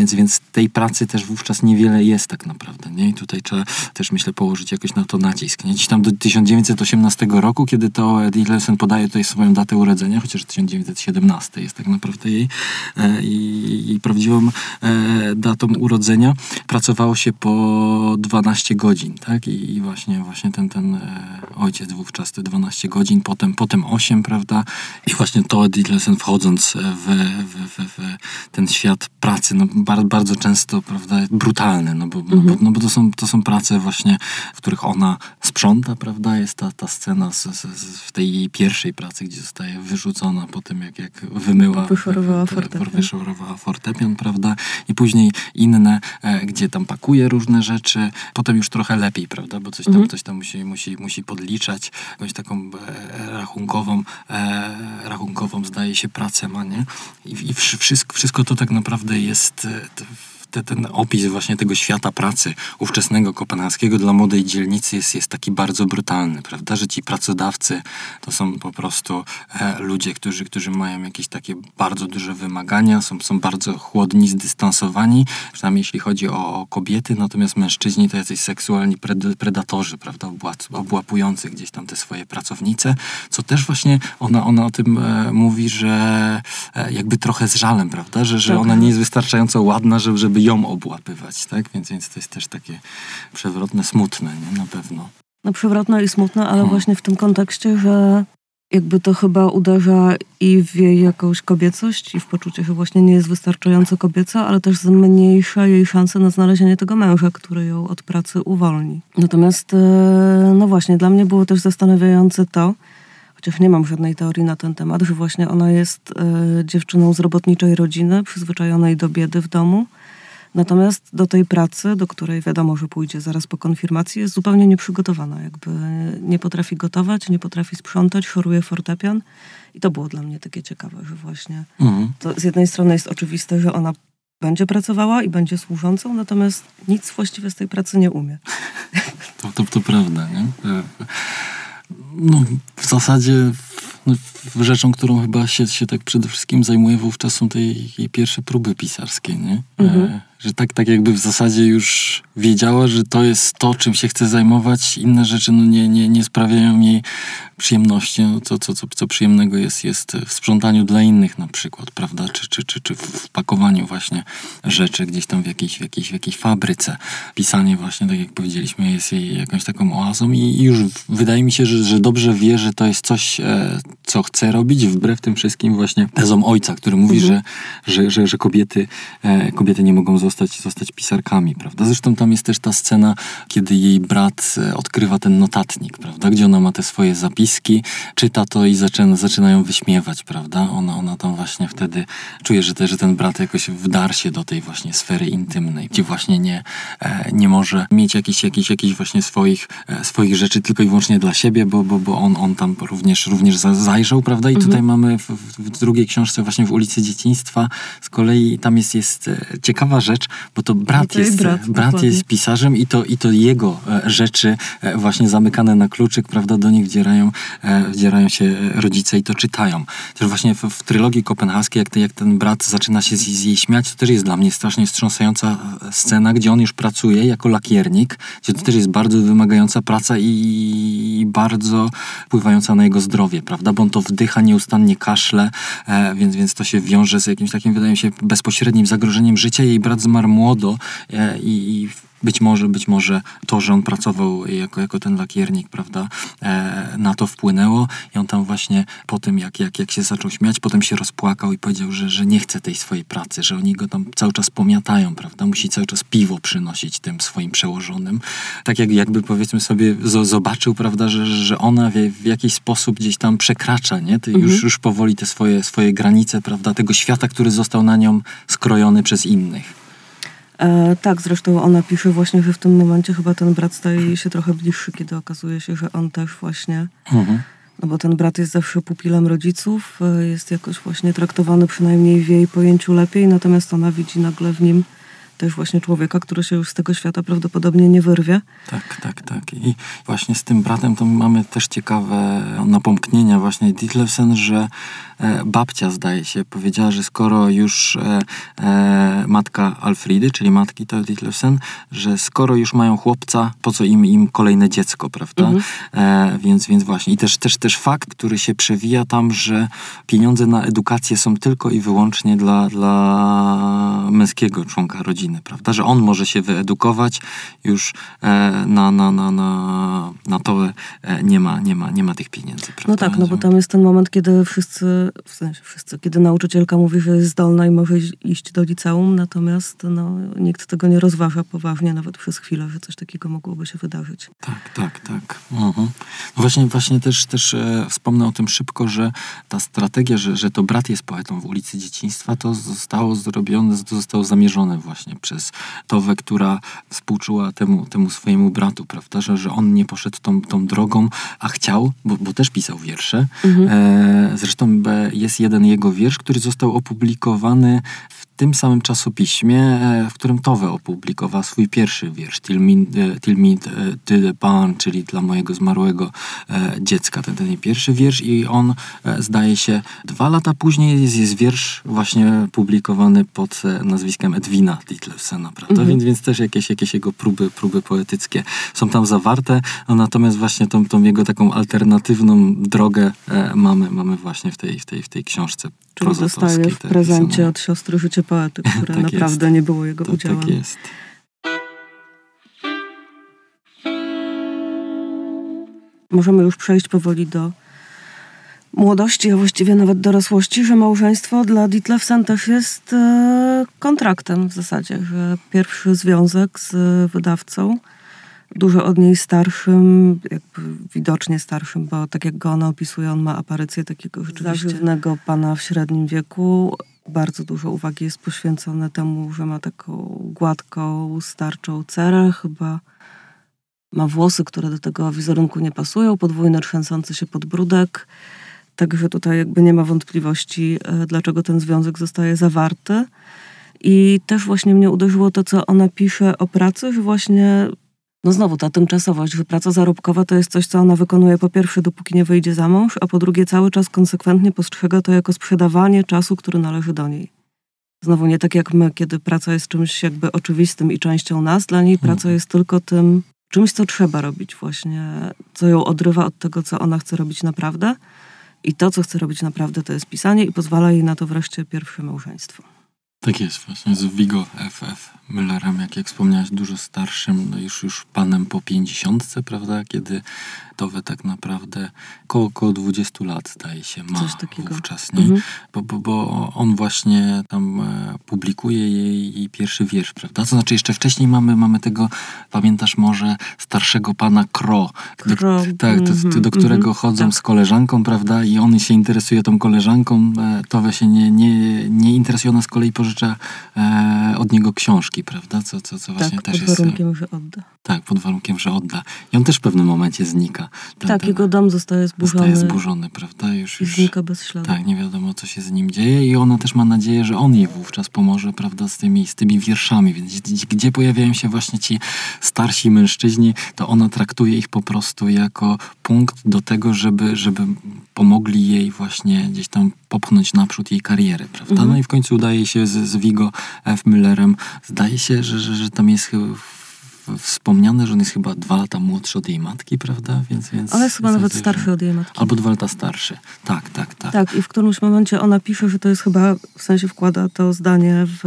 tej pracy też wówczas niewiele jest tak naprawdę, nie? I tutaj trzeba też, myślę, położyć jakoś na to nacisk, nie? Gdzieś tam do tysiąc dziewięćset osiemnastego roku, kiedy to Edith Levsen podaje tutaj swoją datę urodzenia, chociaż tysiąc dziewięćset siedemnasty jest tak naprawdę jej e, i, i prawdziwą e, datą urodzenia, pracowało się po dwanaście godzin, tak? I, i właśnie, właśnie ten, ten e, ojciec wówczas te dwanaście godzin, potem, potem osiem, prawda? I właśnie to Edith Levsen, wchodząc w, w, w, w ten świat pracy, no bardzo, bardzo często, prawda, brutalny, no bo, mhm. no bo, no bo to, są, to są prace właśnie, w których ona sprząta, prawda? Jest ta, ta scena z, z, z, w tej jej pierwszej pracy, gdzie zostaje wyrzucona po tym, jak, jak wymyła, wyszorowała fortepian. wyszorowała fortepian, prawda? I później inne, e, gdzie tam pakuje różne rzeczy, potem już trochę lepiej, prawda? Bo coś tam, mhm. coś tam musi, musi, musi podliczać, jakąś taką e, rachunkową, e, rachunkową zdaje się pracę ma, nie? I, i wszystko, wszystko to tak naprawdę jest e, Te, ten opis właśnie tego świata pracy ówczesnego kopenhaskiego dla młodej dzielnicy jest, jest taki bardzo brutalny, prawda, że ci pracodawcy to są po prostu e, ludzie, którzy, którzy mają jakieś takie bardzo duże wymagania, są, są bardzo chłodni, zdystansowani, przynajmniej jeśli chodzi o, o kobiety, natomiast mężczyźni to jacyś seksualni pred, predatorzy, prawda, obłac, obłapujący gdzieś tam te swoje pracownice, co też właśnie ona, ona o tym e, mówi, że e, jakby trochę z żalem, prawda, że, że ona nie jest wystarczająco ładna, żeby, żeby ją obłapywać, tak? Więc, więc to jest też takie przewrotne, smutne, nie? Na pewno. No przewrotne i smutne, ale hmm. właśnie w tym kontekście, że jakby to chyba uderza i w jej jakąś kobiecość i w poczucie, że właśnie nie jest wystarczająco kobieca, ale też zmniejsza jej szanse na znalezienie tego męża, który ją od pracy uwolni. Natomiast no właśnie, dla mnie było też zastanawiające to, chociaż nie mam żadnej teorii na ten temat, że właśnie ona jest y, dziewczyną z robotniczej rodziny, przyzwyczajonej do biedy w domu. Natomiast do tej pracy, do której wiadomo, że pójdzie zaraz po konfirmacji, jest zupełnie nieprzygotowana. Jakby nie potrafi gotować, nie potrafi sprzątać, choruje fortepian. I to było dla mnie takie ciekawe, że właśnie mhm. to z jednej strony jest oczywiste, że ona będzie pracowała i będzie służącą, natomiast nic właściwie z tej pracy nie umie. To, to, to prawda, nie? No, w zasadzie no, rzeczą, którą chyba się, się tak przede wszystkim zajmuje wówczas, są te jej, jej pierwsze próby pisarskie, nie? Mhm. E, że tak, tak jakby w zasadzie już wiedziała, że to jest to, czym się chce zajmować. Inne rzeczy no, nie, nie, nie sprawiają jej przyjemności. No, co, co, co, co przyjemnego jest, jest w sprzątaniu dla innych na przykład, prawda? Czy, czy, czy, czy w pakowaniu właśnie rzeczy gdzieś tam w jakiejś, w jakiejś, w jakiejś fabryce. Pisanie właśnie, tak jak powiedzieliśmy, jest jej jakąś taką oazą i już wydaje mi się, że, że dobrze wie, że to jest coś, e, co chce robić, wbrew tym wszystkim właśnie tezom ojca, który mówi, mhm. że, że, że, że kobiety, e, kobiety nie mogą zostać Zostać, zostać pisarkami, prawda? Zresztą tam jest też ta scena, kiedy jej brat odkrywa ten notatnik, prawda? Gdzie ona ma te swoje zapiski, czyta to i zaczyna, zaczyna ją wyśmiewać, prawda? Ona, ona tam właśnie wtedy czuje, że, te, że ten brat jakoś wdarł się do tej właśnie sfery intymnej, gdzie właśnie nie, e, nie może mieć jakichś jakich, jakich właśnie swoich, e, swoich rzeczy tylko i wyłącznie dla siebie, bo, bo, bo on, on tam również, również zajrzał, prawda? I mhm. tutaj mamy w, w drugiej książce właśnie w Ulicy Dzieciństwa z kolei tam jest, jest ciekawa rzecz, bo to brat, to jest, brat, brat jest pisarzem i to, i to jego e, rzeczy e, właśnie zamykane na kluczyk, prawda, do nich wdzierają, e, wdzierają się rodzice i to czytają. Też właśnie w, w trylogii kopenhaskiej, jak, te, jak ten brat zaczyna się z, z jej śmiać, to też jest dla mnie strasznie wstrząsająca scena, gdzie on już pracuje jako lakiernik, gdzie to też jest bardzo wymagająca praca i, i bardzo wpływająca na jego zdrowie, prawda, bo on to wdycha, nieustannie kaszle, e, więc, więc to się wiąże z jakimś takim, wydaje mi się, bezpośrednim zagrożeniem życia. Jej brat zmarł młodo e, i, i być może, być może to, że on pracował jako, jako ten lakiernik, prawda, e, na to wpłynęło i on tam właśnie po tym, jak, jak, jak się zaczął śmiać, potem się rozpłakał i powiedział, że, że nie chce tej swojej pracy, że oni go tam cały czas pomiatają, prawda, musi cały czas piwo przynosić tym swoim przełożonym. Tak jak, jakby powiedzmy sobie z, zobaczył, prawda, że, że ona w, w jakiś sposób gdzieś tam przekracza, nie, Ty mhm. już, już powoli te swoje, swoje granice, prawda, tego świata, który został na nią skrojony przez innych. E, tak, zresztą ona pisze właśnie, że w tym momencie chyba ten brat staje jej się trochę bliższy, kiedy okazuje się, że on też właśnie, mhm. no bo ten brat jest zawsze pupilem rodziców, jest jakoś właśnie traktowany przynajmniej w jej pojęciu lepiej, natomiast ona widzi nagle w nim też właśnie człowieka, który się już z tego świata prawdopodobnie nie wyrwie. Tak, tak, tak. I właśnie z tym bratem to mamy też ciekawe napomknienia właśnie Ditlevsen, że e, babcia, zdaje się, powiedziała, że skoro już e, e, matka Alfridy, czyli matki to Ditlevsen, że skoro już mają chłopca, po co im, im kolejne dziecko, prawda? Mhm. E, więc, więc właśnie. I też, też, też fakt, który się przewija tam, że pieniądze na edukację są tylko i wyłącznie dla, dla męskiego członka rodziny, prawda? Że on może się wyedukować, już e, na, na, na, na, na to e, nie ma, nie ma, nie ma tych pieniędzy, prawda? No tak, no bo tam jest ten moment, kiedy wszyscy, w sensie wszyscy, kiedy nauczycielka mówi, że jest zdolna i może iść do liceum, natomiast no, nikt tego nie rozważa poważnie, nawet przez chwilę, że coś takiego mogłoby się wydarzyć. Tak, tak, tak. Mhm. No właśnie, właśnie też, też e, wspomnę o tym szybko, że ta strategia, że, że to brat jest poetą w ulicy Dzieciństwa, to zostało zrobione, to zostało zamierzone właśnie przez Towę, która współczuła temu, temu swojemu bratu, prawda, że, że on nie poszedł tą, tą drogą, a chciał, bo, bo też pisał wiersze. Mhm. E, zresztą e, jest jeden jego wiersz, który został opublikowany w tym samym czasopiśmie, e, w którym Towę opublikowała swój pierwszy wiersz, Till me, e, till me e, to the barn, czyli dla mojego zmarłego e, dziecka, ten, ten pierwszy wiersz, i on e, zdaje się dwa lata później jest, jest wiersz właśnie publikowany pod e, nazwiskiem Edwina Ditlevsena, prawda? Mhm. Więc, więc też jakieś, jakieś jego próby, próby poetyckie są tam zawarte, no natomiast właśnie tą, tą jego taką alternatywną drogę e, mamy, mamy właśnie w tej, w tej, w tej książce. Czyli dostaje w prezencie od siostry Życie poety, które tak naprawdę jest. Nie było jego to, udziałem. Tak jest. Możemy już przejść powoli do młodości, a właściwie nawet dorosłości, że małżeństwo dla Ditlevsen też jest e, kontraktem w zasadzie, że pierwszy związek z wydawcą, dużo od niej starszym, jakby widocznie starszym, bo tak jak go ona opisuje, on ma aparycję takiego rzeczywiście zażywnego pana w średnim wieku. Bardzo dużo uwagi jest poświęcone temu, że ma taką gładką, starczą cerę, chyba ma włosy, które do tego wizerunku nie pasują, podwójny trzęsący się podbródek. Także tutaj jakby nie ma wątpliwości, dlaczego ten związek zostaje zawarty. I też właśnie mnie uderzyło to, co ona pisze o pracy, że właśnie, no znowu ta tymczasowość, że praca zarobkowa to jest coś, co ona wykonuje po pierwsze, dopóki nie wyjdzie za mąż, a po drugie cały czas konsekwentnie postrzega to jako sprzedawanie czasu, który należy do niej. Znowu nie tak jak my, kiedy praca jest czymś jakby oczywistym i częścią nas, dla niej praca jest tylko tym czymś, co trzeba robić właśnie, co ją odrywa od tego, co ona chce robić naprawdę. I to, co chce robić naprawdę, to jest pisanie i pozwala jej na to wreszcie pierwsze małżeństwo. Tak jest właśnie, z Viggo F F Müllerem, jak, jak wspomniałeś, dużo starszym, no już, już panem po pięćdziesiątce, prawda, kiedy Towę tak naprawdę około, około dwudziestu lat, zdaje się, ma wówczas, nie? Mhm. Bo, bo, bo on właśnie tam e, publikuje jej, jej pierwszy wiersz, prawda? To znaczy jeszcze wcześniej mamy, mamy tego, pamiętasz może, starszego pana Kro, do, Kro. tak, to, to, do którego mm-hmm. chodzą tak. z koleżanką, prawda? I on się interesuje tą koleżanką, e, Towę się nie, nie, nie interesuje, ona z kolei pożycza e, od niego książki, prawda? Co, co, co właśnie tak, też pod jest... warunkiem, że odda. Tak, pod warunkiem, że odda. I on też w pewnym momencie znika. Tak, ten, jego dom zostaje zburzony. Zostaje zburzony, prawda? Już, I już znika bez śladu. Tak, nie wiadomo, co się z nim dzieje i ona też ma nadzieję, że on jej wówczas pomoże, prawda, z tymi, z tymi wierszami. Więc gdzie pojawiają się właśnie ci starsi mężczyźni, to ona traktuje ich po prostu jako punkt do tego, żeby, żeby pomogli jej właśnie gdzieś tam popchnąć naprzód jej karierę, prawda? Mhm. No i w końcu udaje się z, z Viggo F. Müllerem, zdaje się, że, że, że tam jest wspomniane, że on jest chyba dwa lata młodszy od jej matki, prawda? Więc, więc Ale jest chyba nawet starszy od jej matki. Albo dwa lata starszy. Tak, tak, tak. Tak, i w którymś momencie ona pisze, że to jest chyba, w sensie wkłada to zdanie w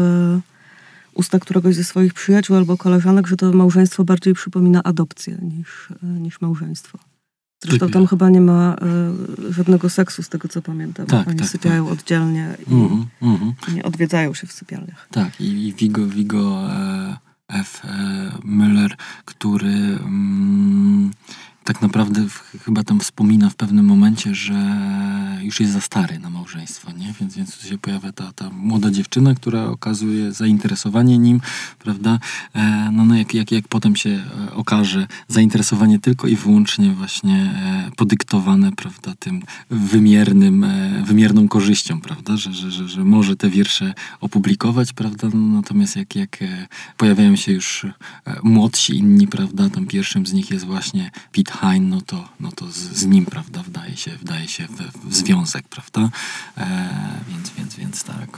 usta któregoś ze swoich przyjaciół albo koleżanek, że to małżeństwo bardziej przypomina adopcję niż, niż małżeństwo. Zresztą tam chyba nie ma y, żadnego seksu, z tego co pamiętam. Tak, Oni tak, sypiają tak. oddzielnie i mm, mm. nie odwiedzają się w sypialniach. Tak, i, i Viggo, Viggo e, F. E, Müller, który mm, tak naprawdę w, chyba tam wspomina w pewnym momencie, że już jest za stary na małżeństwo, nie? Więc, więc tu się pojawia ta, ta młoda dziewczyna, która okazuje zainteresowanie nim, prawda? E, no, no jak, jak, jak potem się okaże, zainteresowanie tylko i wyłącznie właśnie e, podyktowane, prawda, tym wymiernym, e, wymierną korzyścią, prawda? Że, że, że, że może te wiersze opublikować, prawda? No, natomiast jak, jak e, pojawiają się już e, młodsi inni, prawda? Tam pierwszym z nich jest właśnie Piet Hein, no to, no to z, z nim, prawda, wdaje się, wdaje się w, w związek, prawda? E, więc, więc, więc tak.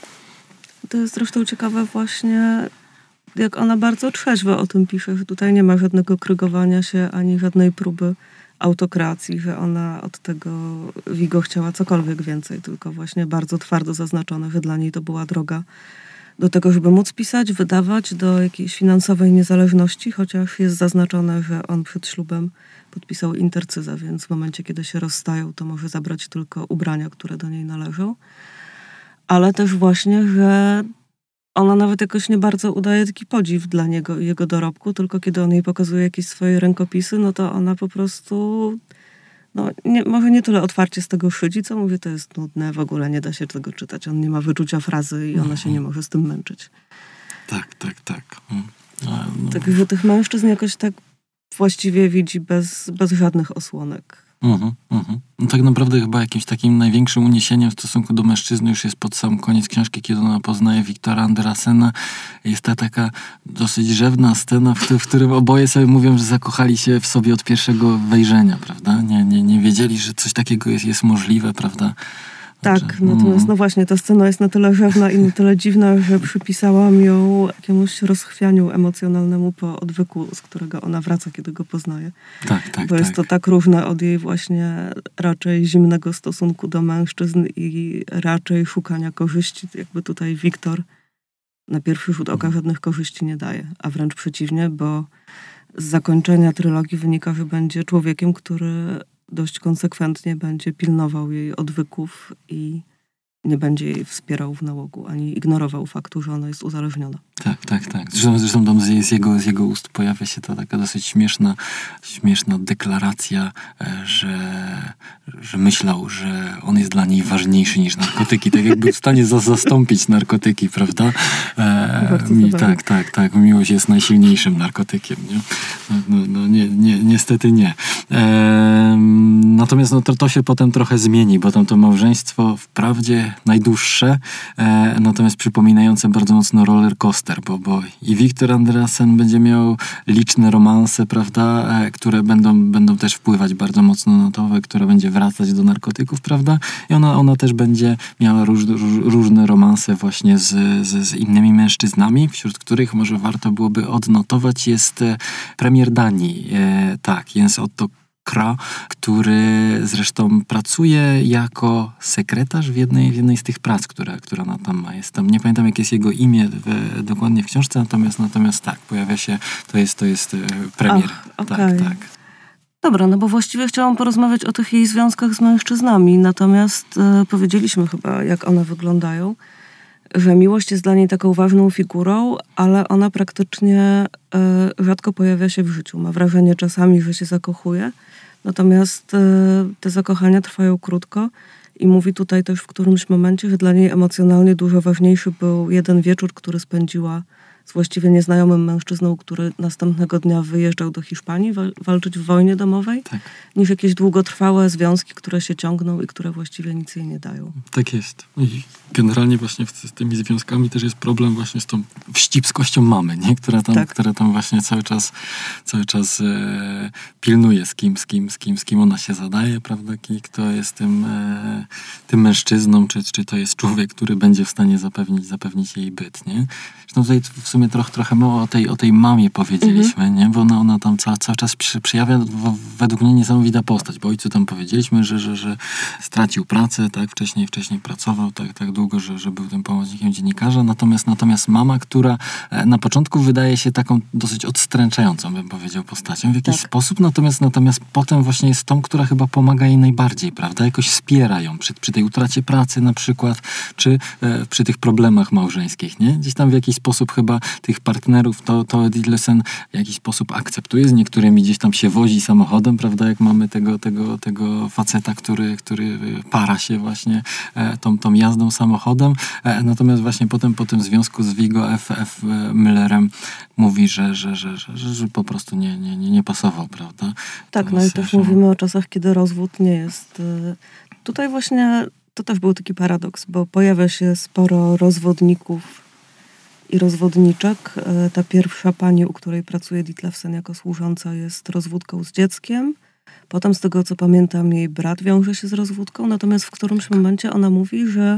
To jest zresztą ciekawe właśnie, jak ona bardzo trzeźwo o tym pisze, że tutaj nie ma żadnego krygowania się, ani żadnej próby autokracji, że ona od tego Vigo chciała cokolwiek więcej, tylko właśnie bardzo twardo zaznaczone, że dla niej to była droga do tego, żeby móc pisać, wydawać, do jakiejś finansowej niezależności, chociaż jest zaznaczone, że on przed ślubem podpisał intercyzę, więc w momencie, kiedy się rozstają, to może zabrać tylko ubrania, które do niej należą. Ale też właśnie, że ona nawet jakoś nie bardzo udaje taki podziw dla niego i jego dorobku, tylko kiedy on jej pokazuje jakieś swoje rękopisy, no to ona po prostu, no nie, może nie tyle otwarcie z tego szydzi, co mówi, to jest nudne, w ogóle nie da się tego czytać. On nie ma wyczucia frazy i ona się nie może z tym męczyć. Tak, tak, tak. A, no. Także tych mężczyzn jakoś tak właściwie widzi bez, bez żadnych osłonek. Uh-huh, uh-huh. No tak naprawdę chyba jakimś takim największym uniesieniem w stosunku do mężczyzny już jest pod sam koniec książki, kiedy ona poznaje Wiktora Andersena. Jest ta taka dosyć rzewna scena, w, w którym oboje sobie mówią, że zakochali się w sobie od pierwszego wejrzenia, prawda? Nie, nie, nie wiedzieli, że coś takiego jest, jest możliwe, prawda? Tak, natomiast no właśnie, ta scena jest na tyle rzewna i na tyle dziwna, że przypisałam ją jakiemuś rozchwianiu emocjonalnemu po odwyku, z którego ona wraca, kiedy go poznaje. Tak, tak, Bo jest tak. to tak różne od jej właśnie raczej zimnego stosunku do mężczyzn i raczej szukania korzyści. Jakby tutaj Wiktor na pierwszy rzut oka żadnych korzyści nie daje, a wręcz przeciwnie, bo z zakończenia trylogii wynika, że będzie człowiekiem, który dość konsekwentnie będzie pilnował jej odwyków i nie będzie jej wspierał w nałogu, ani ignorował faktu, że ona jest uzależniona. Tak, tak, tak. Zresztą, zresztą tam z, z, jego, z jego ust pojawia się ta taka dosyć śmieszna, śmieszna deklaracja, że, że myślał, że on jest dla niej ważniejszy niż narkotyki. Tak jakby w stanie za, zastąpić narkotyki, prawda? E, mi, tak, tak, tak. Miłość jest najsilniejszym narkotykiem. Nie? No, no, no nie, nie, niestety nie. E, natomiast no, to, to się potem trochę zmieni, bo tam to małżeństwo wprawdzie najdłuższe, e, natomiast przypominające bardzo mocno roller coaster, bo, bo i Wiktor Andersen będzie miał liczne romanse, prawda, e, które będą, będą też wpływać bardzo mocno na to, które będzie wracać do narkotyków, prawda, i ona, ona też będzie miała róż, róż, różne romanse właśnie z, z, z innymi mężczyznami, wśród których może warto byłoby odnotować jest e, premier Danii, e, tak, Jens Otto Krah, który zresztą pracuje jako sekretarz w jednej, w jednej z tych prac, które, które ona tam ma. Jest tam, nie pamiętam, jakie jest jego imię w, dokładnie w książce, natomiast, natomiast tak, pojawia się, to jest, to jest premier. Ach, okay. Tak, tak. Dobra, no bo właściwie chciałam porozmawiać o tych jej związkach z mężczyznami, natomiast e, powiedzieliśmy chyba, jak one wyglądają, że miłość jest dla niej taką ważną figurą, ale ona praktycznie e, rzadko pojawia się w życiu. Ma wrażenie czasami, że się zakochuje, natomiast e, te zakochania trwają krótko i mówi tutaj też w którymś momencie, że dla niej emocjonalnie dużo ważniejszy był jeden wieczór, który spędziła z właściwie nieznajomym mężczyzną, który następnego dnia wyjeżdżał do Hiszpanii wal- walczyć w wojnie domowej, Tak. niż jakieś długotrwałe związki, które się ciągną i które właściwie nic jej nie dają. Tak jest. I generalnie właśnie z tymi związkami też jest problem właśnie z tą wścibskością mamy, nie? Która tam, Tak. która tam właśnie cały czas, cały czas e, pilnuje z kim, z kim, z kim, z kim ona się zadaje, prawda? I kto jest tym, e, tym mężczyzną, czy, czy to jest człowiek, który będzie w stanie zapewnić, zapewnić jej byt, nie? Zresztą tutaj w sumie trochę, trochę mało o tej, o tej mamie powiedzieliśmy, mhm. nie? Bo ona, ona tam cały, cały czas przy, przejawia w, według mnie niesamowita postać, bo ojcu tam powiedzieliśmy, że, że, że stracił pracę, tak? Wcześniej, wcześniej pracował tak, tak długo, że, że był tym pomocnikiem dziennikarza, natomiast, natomiast mama, która na początku wydaje się taką dosyć odstręczającą, bym powiedział, postacią w jakiś tak. sposób, natomiast, natomiast potem właśnie jest tą, która chyba pomaga jej najbardziej, prawda? Jakoś wspiera ją przy, przy tej utracie pracy na przykład, czy e, przy tych problemach małżeńskich, nie? Gdzieś tam w jakiś sposób chyba tych partnerów, to, to Ditlevsen w jakiś sposób akceptuje, z niektórymi gdzieś tam się wozi samochodem, prawda, jak mamy tego, tego, tego faceta, który, który para się właśnie e, tą, tą jazdą samochodem. E, natomiast właśnie potem po tym związku z Viggo F. F. Müllerem mówi, że, że, że, że, że, że po prostu nie, nie, nie, nie pasował, prawda? Tak, To no i jest, też że... mówimy o czasach, kiedy rozwód nie jest... y, Tutaj właśnie to też był taki paradoks, bo pojawia się sporo rozwodników i rozwodniczek. Y, Ta pierwsza pani, u której pracuje Ditlevsen jako służąca, jest rozwódką z dzieckiem. Potem, z tego co pamiętam, jej brat wiąże się z rozwódką, natomiast w którymś momencie ona mówi, że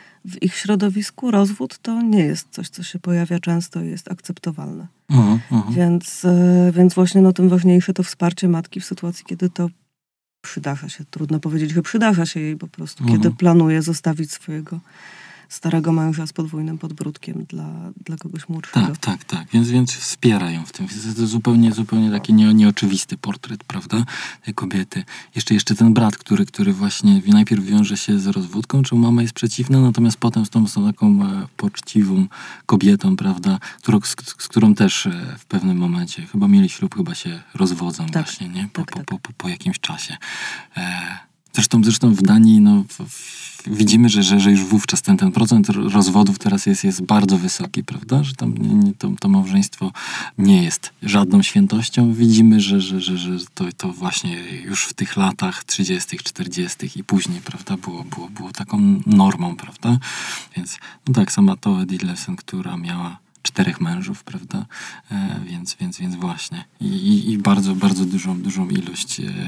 w ich środowisku rozwód to nie jest coś, co się pojawia często i jest akceptowalne. Mhm, mhm. Więc, y, więc właśnie no, tym ważniejsze to wsparcie matki w sytuacji, kiedy to przydarza się. Trudno powiedzieć, że przydarza się jej po prostu, Mhm. kiedy planuje zostawić swojego starego męża z podwójnym podbródkiem dla, dla kogoś młodszego. Tak, tak, tak. Więc, więc wspiera ją w tym. Jest to zupełnie, zupełnie taki nie, nieoczywisty portret, prawda, tej kobiety. Jeszcze, jeszcze ten brat, który, który właśnie najpierw wiąże się z rozwódką, czemu mama jest przeciwna, natomiast potem z tą, z tą taką e, poczciwą kobietą, prawda, którą, z, z którą też e, w pewnym momencie chyba mieli ślub, chyba się rozwodzą Tak, właśnie, nie? Po, tak, po, tak. po, po, po jakimś czasie. E, Zresztą, zresztą w Danii no, w, w, widzimy, że, że, że już wówczas ten, ten procent rozwodów teraz jest, jest bardzo wysoki, prawda? Że tam nie, nie, to, to małżeństwo nie jest żadną świętością. Widzimy, że, że, że, że to, to właśnie już w tych latach trzydziestych, czterdziestych i później, prawda, było, było, było taką normą, prawda? Więc no tak, sama Tove Ditlevsen, która miała czterech mężów, prawda? E, więc, więc, więc właśnie. I, i, i bardzo, bardzo dużą, dużą ilość e,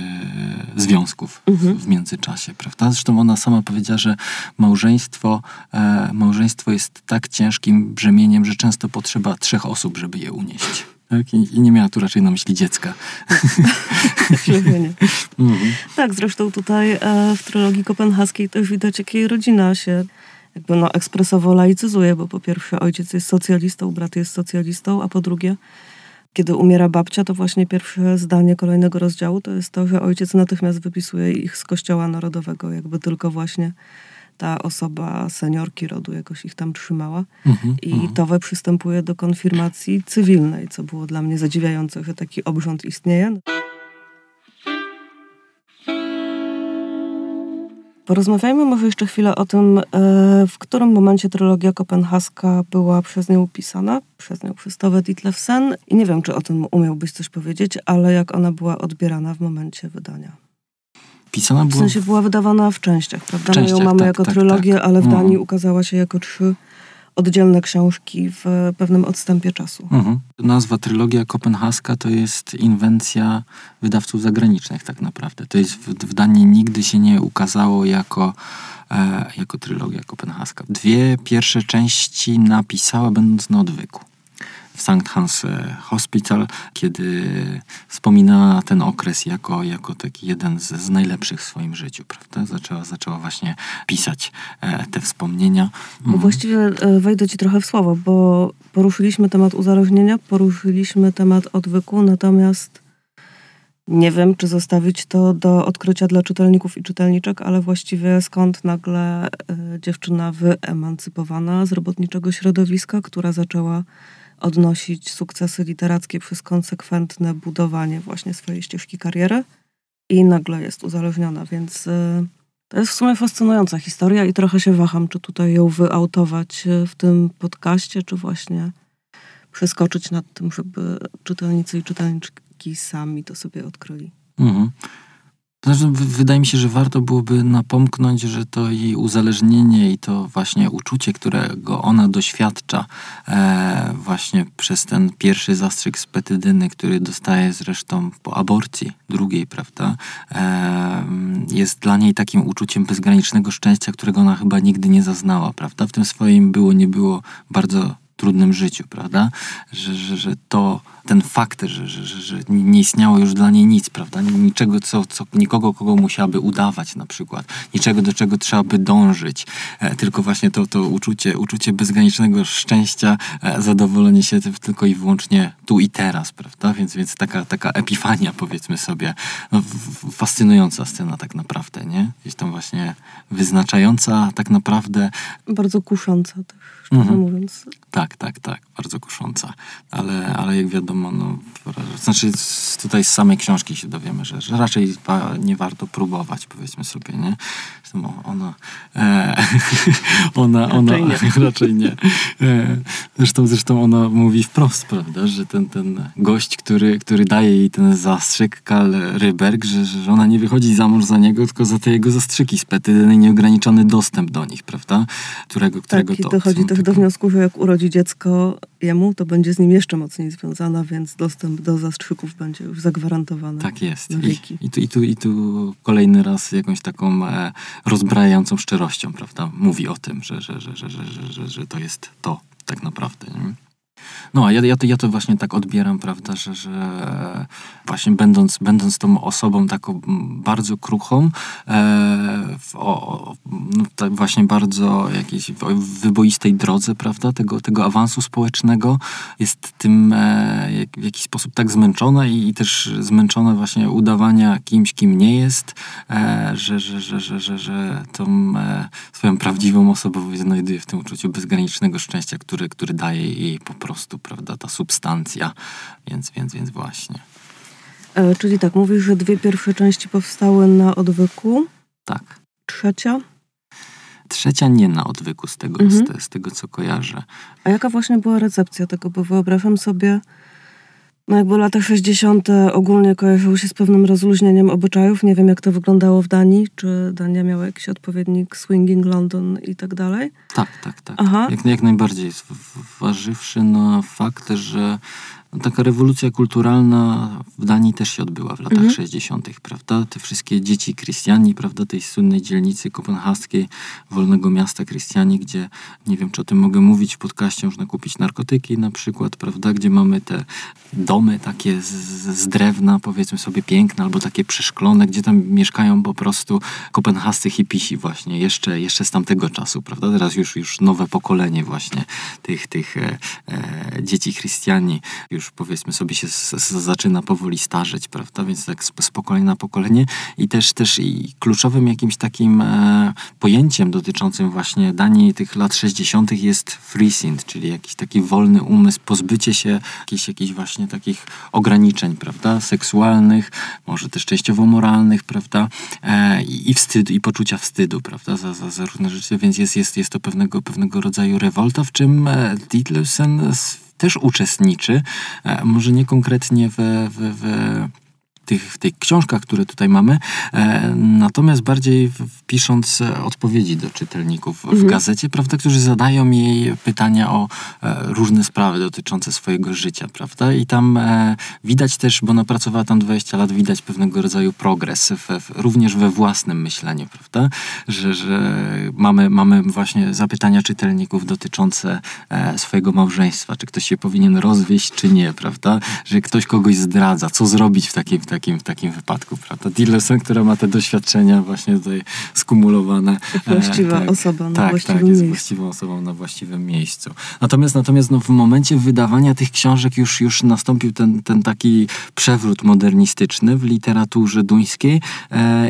związków Mhm. w, w międzyczasie, prawda? Zresztą ona sama powiedziała, że małżeństwo, e, małżeństwo jest tak ciężkim brzemieniem, że często potrzeba trzech osób, żeby je unieść. Tak? I, I nie miała tu raczej na myśli dziecka. Myślę, że nie. Mhm. Tak, zresztą tutaj e, w trylogii kopenhaskiej też widać, jak jej rodzina się jakby no ekspresowo laicyzuje, bo po pierwsze ojciec jest socjalistą, brat jest socjalistą, a po drugie, kiedy umiera babcia, to właśnie pierwsze zdanie kolejnego rozdziału to jest to, że ojciec natychmiast wypisuje ich z kościoła narodowego, jakby tylko właśnie ta osoba seniorki rodu jakoś ich tam trzymała. Mhm. I Mhm. Tove przystępuje do konfirmacji cywilnej, co było dla mnie zadziwiające, że taki obrząd istnieje. Porozmawiajmy może jeszcze chwilę o tym, w którym momencie trylogia kopenhaska była przez nią pisana, przez nią, przez Tove Ditlevsen. I nie wiem, czy o tym umiałbyś coś powiedzieć, ale jak ona była odbierana w momencie wydania. Pisana W była... sensie była wydawana w częściach, prawda? W częściach, My ją mamy tak, jako tak, trylogię, tak. ale w Danii Mhm. ukazała się jako trzy oddzielne książki w pewnym odstępie czasu. Mhm. Nazwa Trylogia Kopenhaska to jest inwencja wydawców zagranicznych tak naprawdę. To jest w, w Danii nigdy się nie ukazało jako, e, jako Trylogia Kopenhaska. Dwie pierwsze części napisała będąc na odwyku w Sankt Hans Hospital, kiedy wspominała ten okres jako, jako taki jeden z, z najlepszych w swoim życiu, prawda? Zaczęła, zaczęła właśnie pisać e, te wspomnienia. Bo właściwie e, wejdę ci trochę w słowo, bo poruszyliśmy temat uzależnienia, poruszyliśmy temat odwyku, natomiast nie wiem, czy zostawić to do odkrycia dla czytelników i czytelniczek, ale właściwie skąd nagle e, dziewczyna wyemancypowana z robotniczego środowiska, która zaczęła odnosić sukcesy literackie przez konsekwentne budowanie właśnie swojej ścieżki kariery i nagle jest uzależniona, więc y, to jest w sumie fascynująca historia i trochę się waham, czy tutaj ją wyautować w tym podcaście, czy właśnie przeskoczyć nad tym, żeby czytelnicy i czytelniczki sami to sobie odkryli. Mhm. Zresztą wydaje mi się, że warto byłoby napomknąć, że to jej uzależnienie i to właśnie uczucie, którego ona doświadcza e, właśnie przez ten pierwszy zastrzyk z petydyny, który dostaje zresztą po aborcji drugiej, prawda, e, jest dla niej takim uczuciem bezgranicznego szczęścia, którego ona chyba nigdy nie zaznała, prawda, w tym swoim było, nie było bardzo trudnym życiu, prawda, że, że, że to ten fakt, że, że, że, że nie istniało już dla niej nic, prawda, niczego, co, co, nikogo, kogo musiałaby udawać na przykład, niczego, do czego trzeba by dążyć, e, tylko właśnie to, to uczucie, uczucie bezgranicznego szczęścia, e, zadowolenie się tylko i wyłącznie tu i teraz, prawda, więc, więc taka, taka epifania, powiedzmy sobie, no, f- fascynująca scena tak naprawdę, nie, gdzieś tam właśnie wyznaczająca tak naprawdę. Bardzo kusząca też, szczerze Mhm. mówiąc. Tak, Tak, tak, tak. Bardzo kusząca. Ale, ale jak wiadomo, no, znaczy tutaj z samej książki się dowiemy, że, że raczej nie warto próbować, powiedzmy sobie, nie? Zresztą ona... E, ona, ona raczej nie. raczej nie. E, zresztą, zresztą ona mówi wprost, prawda, że ten, ten gość, który, który daje jej ten zastrzyk, Karl Ryberg, że, że ona nie wychodzi za mąż za niego, tylko za te jego zastrzyki, spetyny, nieograniczony dostęp do nich, prawda? Którego, którego tak, i to dochodzi są też do tylko... wniosku, że jak urodzi dziecko jemu, to będzie z nim jeszcze mocniej związana, więc dostęp do zastrzyków będzie już zagwarantowany. Tak jest. Na wieki. I, i, tu, i, tu, I tu kolejny raz jakąś taką e, rozbrajającą szczerością, prawda? Mówi o tym, że, że, że, że, że, że, że, że to jest to tak naprawdę. Nie? No, a ja, ja, to, ja to właśnie tak odbieram, prawda, że, że właśnie będąc, będąc tą osobą taką bardzo kruchą, e, w, o, no, tak właśnie bardzo jakiejś wyboistej drodze, prawda, tego, tego awansu społecznego, jest tym e, jak, w jakiś sposób tak zmęczona i, i też zmęczona właśnie udawania kimś, kim nie jest, e, że, że, że, że, że, że tą e, swoją prawdziwą osobowość znajduje w tym uczuciu bezgranicznego szczęścia, który, który daje jej po prostu, prawda, ta substancja, więc, więc, więc właśnie. E, czyli tak, mówisz, że dwie pierwsze części powstały na odwyku. Tak. Trzecia? Trzecia nie na odwyku, z tego, Mhm. z, z tego co kojarzę. A jaka właśnie była recepcja tego? Bo wyobrażam sobie, no jakby lata sześćdziesiąte ogólnie kojarzyły się z pewnym rozluźnieniem obyczajów. Nie wiem, jak to wyglądało w Danii. Czy Dania miała jakiś odpowiednik Swinging London i tak dalej? Tak, tak, tak. Aha. Jak, jak najbardziej. Zważywszy na fakt, że taka rewolucja kulturalna w Danii też się odbyła w latach Mhm. sześćdziesiątych, prawda? Te wszystkie dzieci Krystiani, prawda? Tej słynnej dzielnicy kopenhaskiej, wolnego miasta Krystiani, gdzie, nie wiem, czy o tym mogę mówić w podcaście, można kupić narkotyki na przykład, prawda? Gdzie mamy te domy takie z, z drewna, powiedzmy sobie piękne, albo takie przeszklone, gdzie tam mieszkają po prostu kopenhascy hipisi właśnie, jeszcze, jeszcze z tamtego czasu, prawda? Teraz już, już nowe pokolenie właśnie tych, tych e, e, dzieci Krystiani już powiedzmy sobie się z, z, zaczyna powoli starzeć, prawda? Więc tak z, z pokolenia na pokolenie i też, też i kluczowym jakimś takim e, pojęciem dotyczącym właśnie Danii tych lat sześćdziesiątych jest freesind, czyli jakiś taki wolny umysł, pozbycie się jakichś, jakichś właśnie takich ograniczeń, prawda? Seksualnych, może też częściowo moralnych, prawda? E, i, i wstydu, i poczucia wstydu, prawda? Za, za, za różne rzeczy, więc jest, jest, jest to pewnego, pewnego rodzaju rewolta, w czym e, Ditlevsen też uczestniczy, e, może nie konkretnie w, w, w, tych, w tych książkach, które tutaj mamy, e, natomiast bardziej w, pisząc odpowiedzi do czytelników w Mhm. gazecie, prawda, którzy zadają jej pytania o e, różne sprawy dotyczące swojego życia, prawda, i tam e, widać też, bo ona pracowała tam dwadzieścia lat, widać pewnego rodzaju progres, w, w, również we własnym myśleniu, prawda, że, że mamy, mamy właśnie zapytania czytelników dotyczące e, swojego małżeństwa, czy ktoś się powinien rozwieść, czy nie, prawda, że ktoś kogoś zdradza, co zrobić w takim, w takim, w takim wypadku, prawda. Ditlevsen, która ma te doświadczenia właśnie tutaj skumulowane. Właściwa e, tak, osoba na tak, właściwym tak, jest miejscu. właściwą osobą na właściwym miejscu. Natomiast, natomiast no, w momencie wydawania tych książek już, już nastąpił ten, ten taki przewrót modernistyczny w literaturze duńskiej e,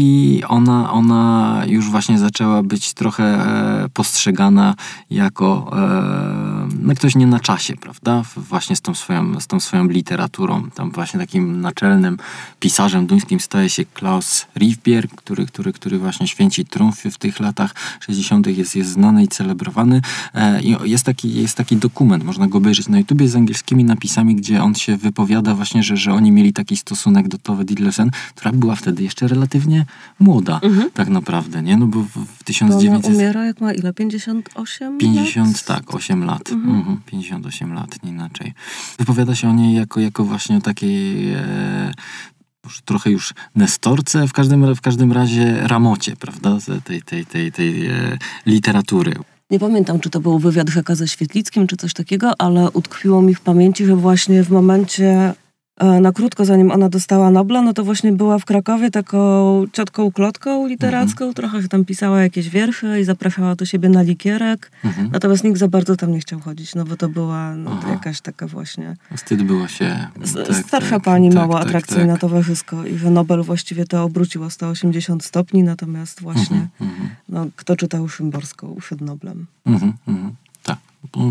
i ona, ona już właśnie zaczęła być trochę e, postrzegana jako e, no, ktoś nie na czasie, prawda? Właśnie z tą swoją, z tą swoją literaturą. Tam właśnie takim naczelnym pisarzem duńskim staje się Klaus Rifbjerg, który, który, który właśnie święci triumfy w tych latach sześćdziesiątych jest, jest znany i celebrowany. E, i jest taki, jest taki dokument, można go obejrzeć na YouTubie z angielskimi napisami, gdzie on się wypowiada właśnie, że, że oni mieli taki stosunek do Tove Ditlevsen, która była wtedy jeszcze relatywnie młoda, Mhm. tak naprawdę, nie? No bo w, w To tysiąc ona dziewięćset umiera jak ma ile? pięćdziesiąt osiem pięćdziesiąt, lat? tak, osiem lat. Mhm. Mhm, pięćdziesiąt osiem lat, nie inaczej. Wypowiada się o niej jako, jako właśnie o takiej e, może trochę już nestorce, w każdym, w każdym razie ramocie, prawda, z tej, tej, tej, tej e, literatury. Nie pamiętam, czy to był wywiad rzeka ze Świetlickim, czy coś takiego, ale utkwiło mi w pamięci, że właśnie w momencie, e, na krótko zanim ona dostała Nobla, no to właśnie była w Krakowie taką ciotką klotką literacką, Mhm. trochę, że tam pisała jakieś wiersze i zapraszała do siebie na likierek. Mhm. Natomiast nikt za bardzo tam nie chciał chodzić, no bo to była no, Aha. jakaś taka właśnie Wstyd było się... s- tak, starsza tak, pani, tak, mało tak, atrakcyjna, tak. towarzysko i że Nobel właściwie to obróciło sto osiemdziesiąt stopni, natomiast właśnie Mhm, mhm. no, kto czytał Szymborską przed Noblem. Mhm, mhm, tak. No, w-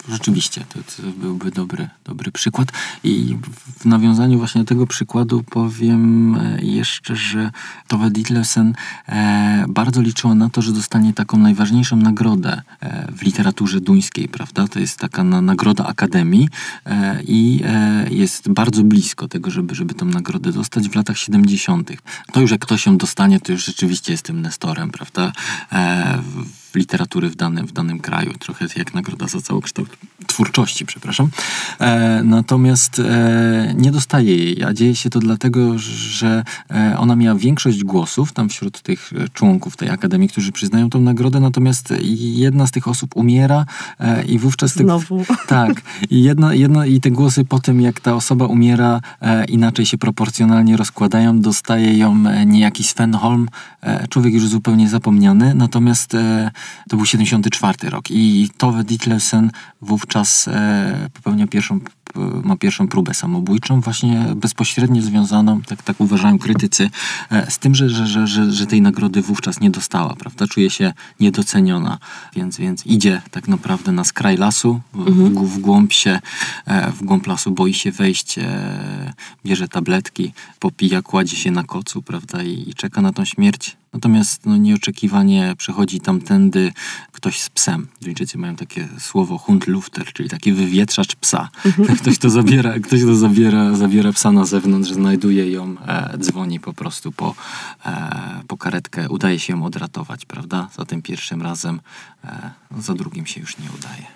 rzeczywiście, to, to byłby dobry, dobry przykład. I w nawiązaniu właśnie do tego przykładu powiem jeszcze, że Tove Ditlevsen e, bardzo liczyła na to, że dostanie taką najważniejszą nagrodę e, w literaturze duńskiej, prawda? To jest taka na, nagroda Akademii e, i e, jest bardzo blisko tego, żeby, żeby tą nagrodę dostać w latach siedemdziesiątych. To już jak ktoś ją dostanie, to już rzeczywiście jest tym nestorem, prawda? E, w, literatury w danym, w danym kraju. Trochę jak nagroda za całokształt twórczości, przepraszam. E, natomiast e, nie dostaje jej, a dzieje się to dlatego, że e, ona miała większość głosów tam wśród tych członków tej akademii, którzy przyznają tą nagrodę, natomiast jedna z tych osób umiera e, i wówczas... Znowu. Te, tak. I, jedna, jedna, I te głosy po tym, jak ta osoba umiera, e, inaczej się proporcjonalnie rozkładają. Dostaje ją e, niejaki Sven Holm, e, człowiek już zupełnie zapomniany, natomiast e, to był siedemdziesiąty czwarty rok i Tove Ditlevsen wówczas e, popełnia pierwszą, ma pierwszą próbę samobójczą, właśnie bezpośrednio związaną, tak, tak uważają krytycy, e, z tym, że, że, że, że, że tej nagrody wówczas nie dostała, prawda? Czuje się niedoceniona, więc, więc idzie tak naprawdę na skraj lasu, w, mhm. w, w głąb się, e, w głąb lasu boi się wejść, e, bierze tabletki, popija, kładzie się na kocu, prawda? I, i czeka na tą śmierć. Natomiast no, nieoczekiwanie przechodzi tamtędy ktoś z psem. Duńczycy mają takie słowo Hundlufter, czyli taki wywietrzacz psa. Mhm. Ktoś to zabiera, ktoś to zabiera, zabiera psa na zewnątrz, znajduje ją, e, dzwoni po prostu po, e, po karetkę, udaje się ją odratować, prawda? Za tym pierwszym razem, e, za drugim się już nie udaje.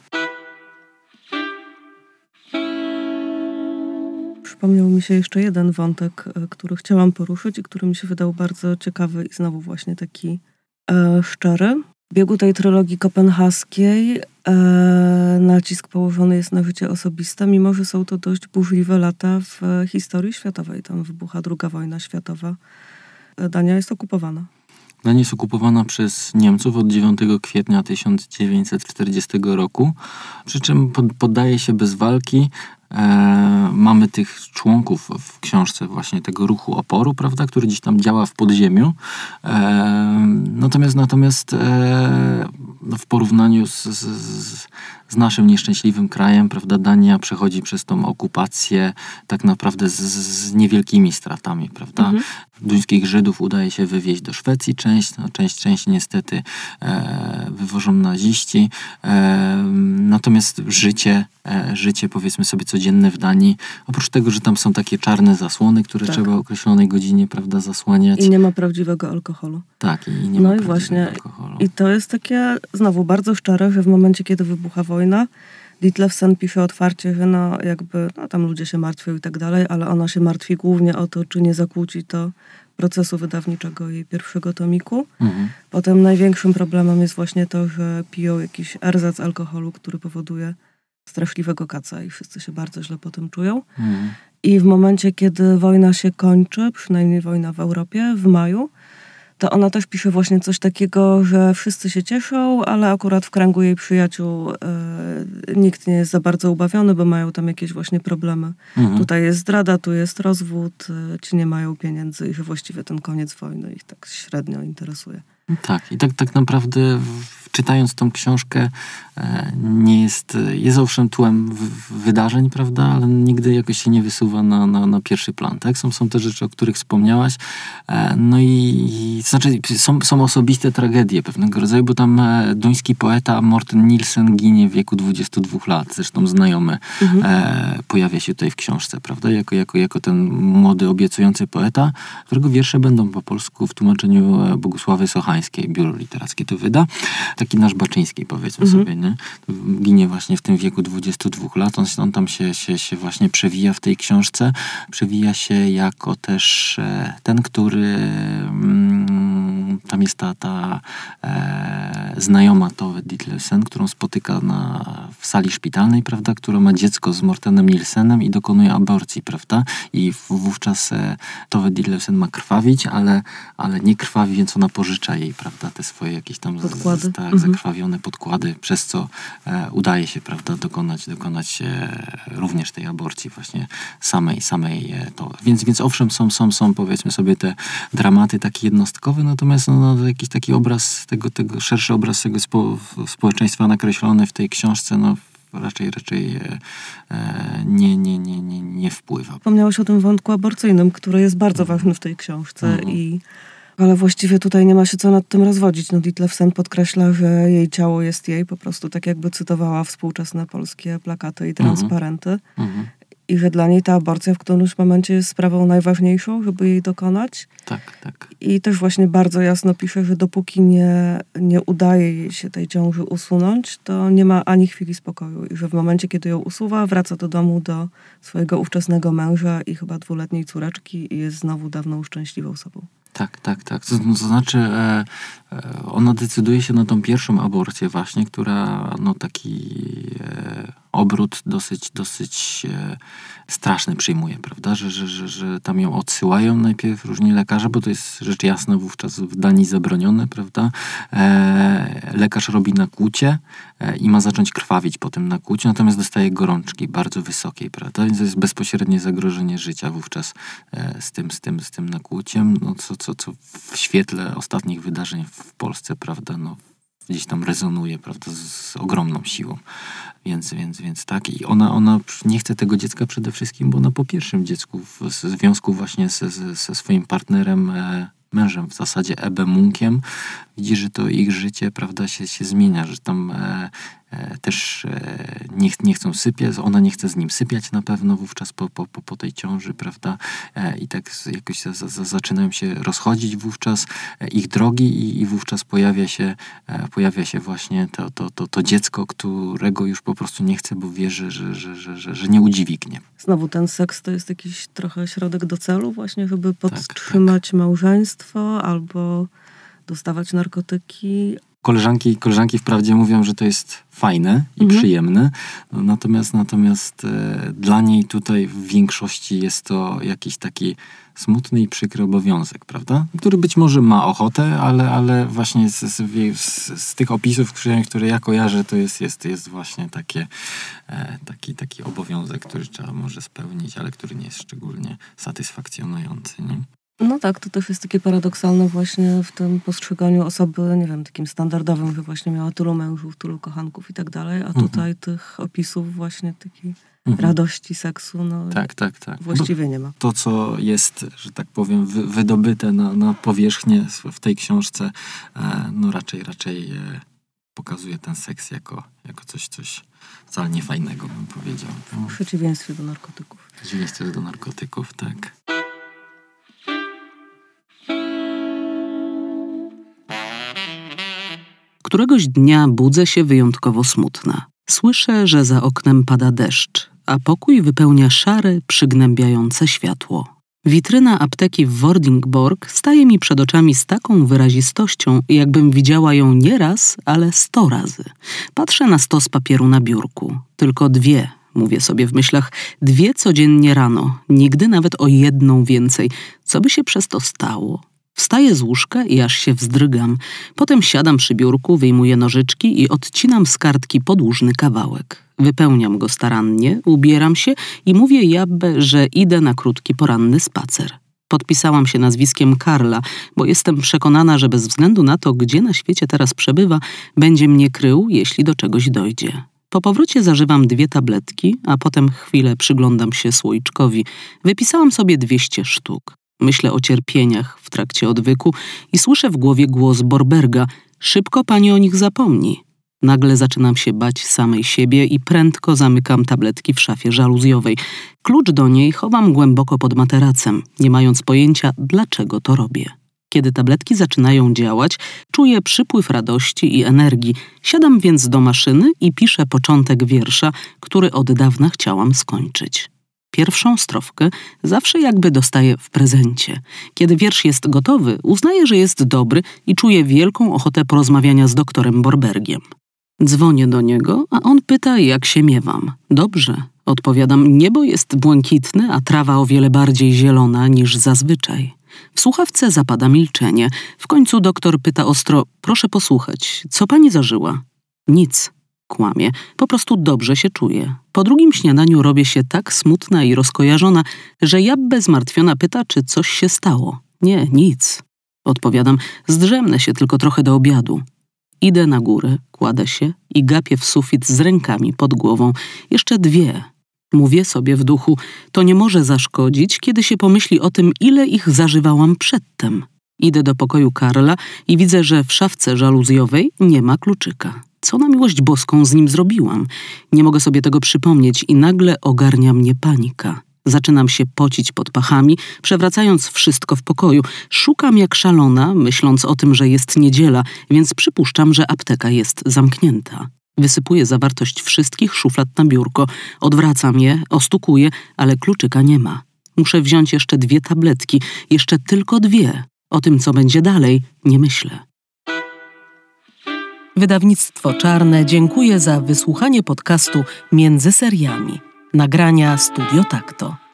Przypomniał mi się jeszcze jeden wątek, który chciałam poruszyć i który mi się wydał bardzo ciekawy i znowu właśnie taki e, szczery. W biegu tej trylogii kopenhaskiej e, nacisk położony jest na życie osobiste, mimo że są to dość burzliwe lata w historii światowej. Tam wybucha druga wojna światowa. Dania jest okupowana. Dania jest okupowana przez Niemców od dziewiątego kwietnia tysiąc dziewięćset czterdziestego roku, przy czym poddaje się bez walki. E, mamy tych członków w książce właśnie tego ruchu oporu, prawda, który gdzieś tam działa w podziemiu. E, natomiast natomiast e, no w porównaniu z, z, z naszym nieszczęśliwym krajem, prawda, Dania przechodzi przez tą okupację tak naprawdę z, z niewielkimi stratami, prawda. Mhm. Duńskich Żydów udaje się wywieźć do Szwecji część, no, część, część niestety e, wywożą naziści. E, natomiast życie, e, życie powiedzmy sobie codzienne w Danii, oprócz tego, że tam są takie czarne zasłony, które tak. trzeba o określonej godzinie, prawda, zasłaniać. I nie ma prawdziwego alkoholu. Tak, i nie no ma i prawdziwego właśnie, alkoholu. I to jest takie znowu bardzo szczere, że w momencie, kiedy wybucha wojna, Ditlevsen pisze otwarcie, że no jakby, no tam ludzie się martwią i tak dalej, ale ona się martwi głównie o to, czy nie zakłóci to procesu wydawniczego jej pierwszego tomiku. Mhm. Potem największym problemem jest właśnie to, że piją jakiś erzac alkoholu, który powoduje straszliwego kaca i wszyscy się bardzo źle po tym czują. Mhm. I w momencie, kiedy wojna się kończy, przynajmniej wojna w Europie, w maju, to ona też pisze właśnie coś takiego, że wszyscy się cieszą, ale akurat w kręgu jej przyjaciół e, nikt nie jest za bardzo ubawiony, bo mają tam jakieś właśnie problemy. Mhm. Tutaj jest zdrada, tu jest rozwód, e, ci nie mają pieniędzy i że właściwie ten koniec wojny ich tak średnio interesuje. Tak, i tak, tak naprawdę w, czytając tą książkę e, nie jest, jest owszem tłem w, w wydarzeń, prawda, ale nigdy jakoś się nie wysuwa na, na, na pierwszy plan, tak? Są, są te rzeczy, o których wspomniałaś, e, no i, i znaczy są, są osobiste tragedie pewnego rodzaju, bo tam e, duński poeta Morten Nielsen ginie w wieku dwudziestu dwóch lat, zresztą znajomy, mhm. e, pojawia się tutaj w książce, prawda, jako, jako, jako ten młody, obiecujący poeta, którego wiersze będą po polsku w tłumaczeniu Bogusławy Sochańskiej, biuro literackie to wyda. Taki nasz Baczyński, powiedzmy mhm. sobie, nie? Ginie właśnie w tym wieku dwudziestu dwóch lat. On, on tam się, się, się właśnie przewija w tej książce. Przewija się jako też e, ten, który mm, tam jest ta, ta e, znajoma Tove Ditlevsen, którą spotyka na, w sali szpitalnej, prawda, która ma dziecko z Mortenem Nielsenem i dokonuje aborcji, prawda? I w, wówczas e, Tove Ditlevsen ma krwawić, ale, ale nie krwawi, więc ona pożycza jej, prawda, te swoje jakieś tam podkłady. Z, tak, mhm. zakrwawione podkłady, przez co e, udaje się, prawda, dokonać, dokonać e, również tej aborcji właśnie samej, samej e, to. Więc, więc owszem, są, są, są, powiedzmy sobie, te dramaty takie jednostkowe, natomiast no, no, jakiś taki obraz, tego, tego szerszy obraz tego spo, społeczeństwa nakreślony w tej książce, no raczej, raczej e, e, nie, nie, nie, nie, nie wpływa. Wspomniałeś o tym wątku aborcyjnym, który jest bardzo Mhm. ważny w tej książce Mhm. i ale właściwie tutaj nie ma się co nad tym rozwodzić. No, Ditlevsen podkreśla, że jej ciało jest jej, po prostu tak jakby cytowała współczesne polskie plakaty i transparenty. Mhm. I że dla niej ta aborcja w którymś momencie jest sprawą najważniejszą, żeby jej dokonać. Tak, tak. I też właśnie bardzo jasno pisze, że dopóki nie, nie udaje jej się tej ciąży usunąć, to nie ma ani chwili spokoju. I że w momencie, kiedy ją usuwa, wraca do domu do swojego ówczesnego męża i chyba dwuletniej córeczki i jest znowu dawną szczęśliwą osobą. Tak, tak, tak. To, to znaczy e, e, ona decyduje się na tą pierwszą aborcję właśnie, która no taki e, obrót dosyć, dosyć e, straszny przyjmuje, prawda? Że, że, że, że tam ją odsyłają najpierw różni lekarze, bo to jest rzecz jasna wówczas w Danii zabronione, prawda? E, lekarz robi nakłucie e, i ma zacząć krwawić po tym nakłuciu, natomiast dostaje gorączki bardzo wysokiej, prawda? Więc to jest bezpośrednie zagrożenie życia wówczas e, z tym, z tym, z tym nakłuciem, no co, co, co w świetle ostatnich wydarzeń w Polsce, prawda, no gdzieś tam rezonuje, prawda, z, z ogromną siłą. Więc, więc, więc tak. I ona, ona nie chce tego dziecka przede wszystkim, bo ona po pierwszym dziecku w, w związku właśnie ze, ze, ze swoim partnerem, e, mężem w zasadzie Ebbe Munkiem, widzi, że to ich życie, prawda, się, się zmienia, że tam e, e, też e, nie, nie chcą sypiać, ona nie chce z nim sypiać na pewno wówczas po, po, po, po tej ciąży, prawda, e, i tak jakoś za, za, zaczynają się rozchodzić wówczas e, ich drogi i, i wówczas pojawia się, e, pojawia się właśnie to, to, to, to dziecko, którego już po prostu nie chce, bo wie, że, że, że, że, że, że nie udźwignie. Znowu ten seks to jest jakiś trochę środek do celu właśnie, żeby podtrzymać tak, tak. małżeństwo albo dostawać narkotyki. Koleżanki, koleżanki wprawdzie mówią, że to jest fajne i mhm. przyjemne, no, natomiast, natomiast e, dla niej tutaj w większości jest to jakiś taki smutny i przykry obowiązek, prawda? Który być może ma ochotę, ale, ale właśnie z, z, z, z tych opisów, które, które ja kojarzę, to jest, jest, jest właśnie takie, e, taki, taki obowiązek, który trzeba może spełnić, ale który nie jest szczególnie satysfakcjonujący, nie? No tak, to też jest takie paradoksalne właśnie w tym postrzeganiu osoby, nie wiem, takim standardowym, że właśnie miała tylu mężów, tylu kochanków i tak dalej, a tutaj mhm. tych opisów właśnie takiej mhm. radości seksu, no tak, tak, tak. właściwie Bo nie ma. To, co jest, że tak powiem, wy, wydobyte na, na powierzchnię w tej książce, e, no raczej, raczej e, pokazuje ten seks jako, jako coś, coś wcale niefajnego, bym powiedział. W przeciwieństwie do narkotyków. W przeciwieństwie do narkotyków, tak. Któregoś dnia budzę się wyjątkowo smutna. Słyszę, że za oknem pada deszcz, a pokój wypełnia szare, przygnębiające światło. Witryna apteki w Vordingborg staje mi przed oczami z taką wyrazistością, jakbym widziała ją nie raz, ale sto razy. Patrzę na stos papieru na biurku. Tylko dwie, mówię sobie w myślach, dwie codziennie rano, nigdy nawet o jedną więcej. Co by się przez to stało? Wstaję z łóżka i aż się wzdrygam. Potem siadam przy biurku, wyjmuję nożyczki i odcinam z kartki podłużny kawałek. Wypełniam go starannie, ubieram się i mówię Jabbe, że idę na krótki poranny spacer. Podpisałam się nazwiskiem Karla, bo jestem przekonana, że bez względu na to, gdzie na świecie teraz przebywa, będzie mnie krył, jeśli do czegoś dojdzie. Po powrocie zażywam dwie tabletki, a potem chwilę przyglądam się słoiczkowi. Wypisałam sobie dwieście sztuk. Myślę o cierpieniach w trakcie odwyku i słyszę w głowie głos Borberga. Szybko pani o nich zapomni. Nagle zaczynam się bać samej siebie i prędko zamykam tabletki w szafie żaluzjowej. Klucz do niej chowam głęboko pod materacem, nie mając pojęcia, dlaczego to robię. Kiedy tabletki zaczynają działać, czuję przypływ radości i energii. Siadam więc do maszyny i piszę początek wiersza, który od dawna chciałam skończyć. Pierwszą strofkę zawsze jakby dostaję w prezencie. Kiedy wiersz jest gotowy, uznaję, że jest dobry i czuję wielką ochotę porozmawiania z doktorem Borbergiem. Dzwonię do niego, a on pyta, jak się miewam. Dobrze, odpowiadam, niebo jest błękitne, a trawa o wiele bardziej zielona niż zazwyczaj. W słuchawce zapada milczenie. W końcu doktor pyta ostro, proszę posłuchać, co pani zażyła? Nic. Kłamie. Po prostu dobrze się czuję. Po drugim śniadaniu robię się tak smutna i rozkojarzona, że Jabbe zmartwiona pyta, czy coś się stało. Nie, nic. Odpowiadam, zdrzemnę się tylko trochę do obiadu. Idę na górę, kładę się i gapię w sufit z rękami pod głową. Jeszcze dwie. Mówię sobie w duchu, to nie może zaszkodzić, kiedy się pomyśli o tym, ile ich zażywałam przedtem. Idę do pokoju Karla i widzę, że w szafce żaluzjowej nie ma kluczyka. Co na miłość boską z nim zrobiłam? Nie mogę sobie tego przypomnieć i nagle ogarnia mnie panika. Zaczynam się pocić pod pachami, przewracając wszystko w pokoju. Szukam jak szalona, myśląc o tym, że jest niedziela, więc przypuszczam, że apteka jest zamknięta. Wysypuję zawartość wszystkich szuflad na biurko, odwracam je, ostukuję, ale kluczyka nie ma. Muszę wziąć jeszcze dwie tabletki, jeszcze tylko dwie. O tym, co będzie dalej, nie myślę. Wydawnictwo Czarne dziękuję za wysłuchanie podcastu Między seriami. Nagrania Studio Takto.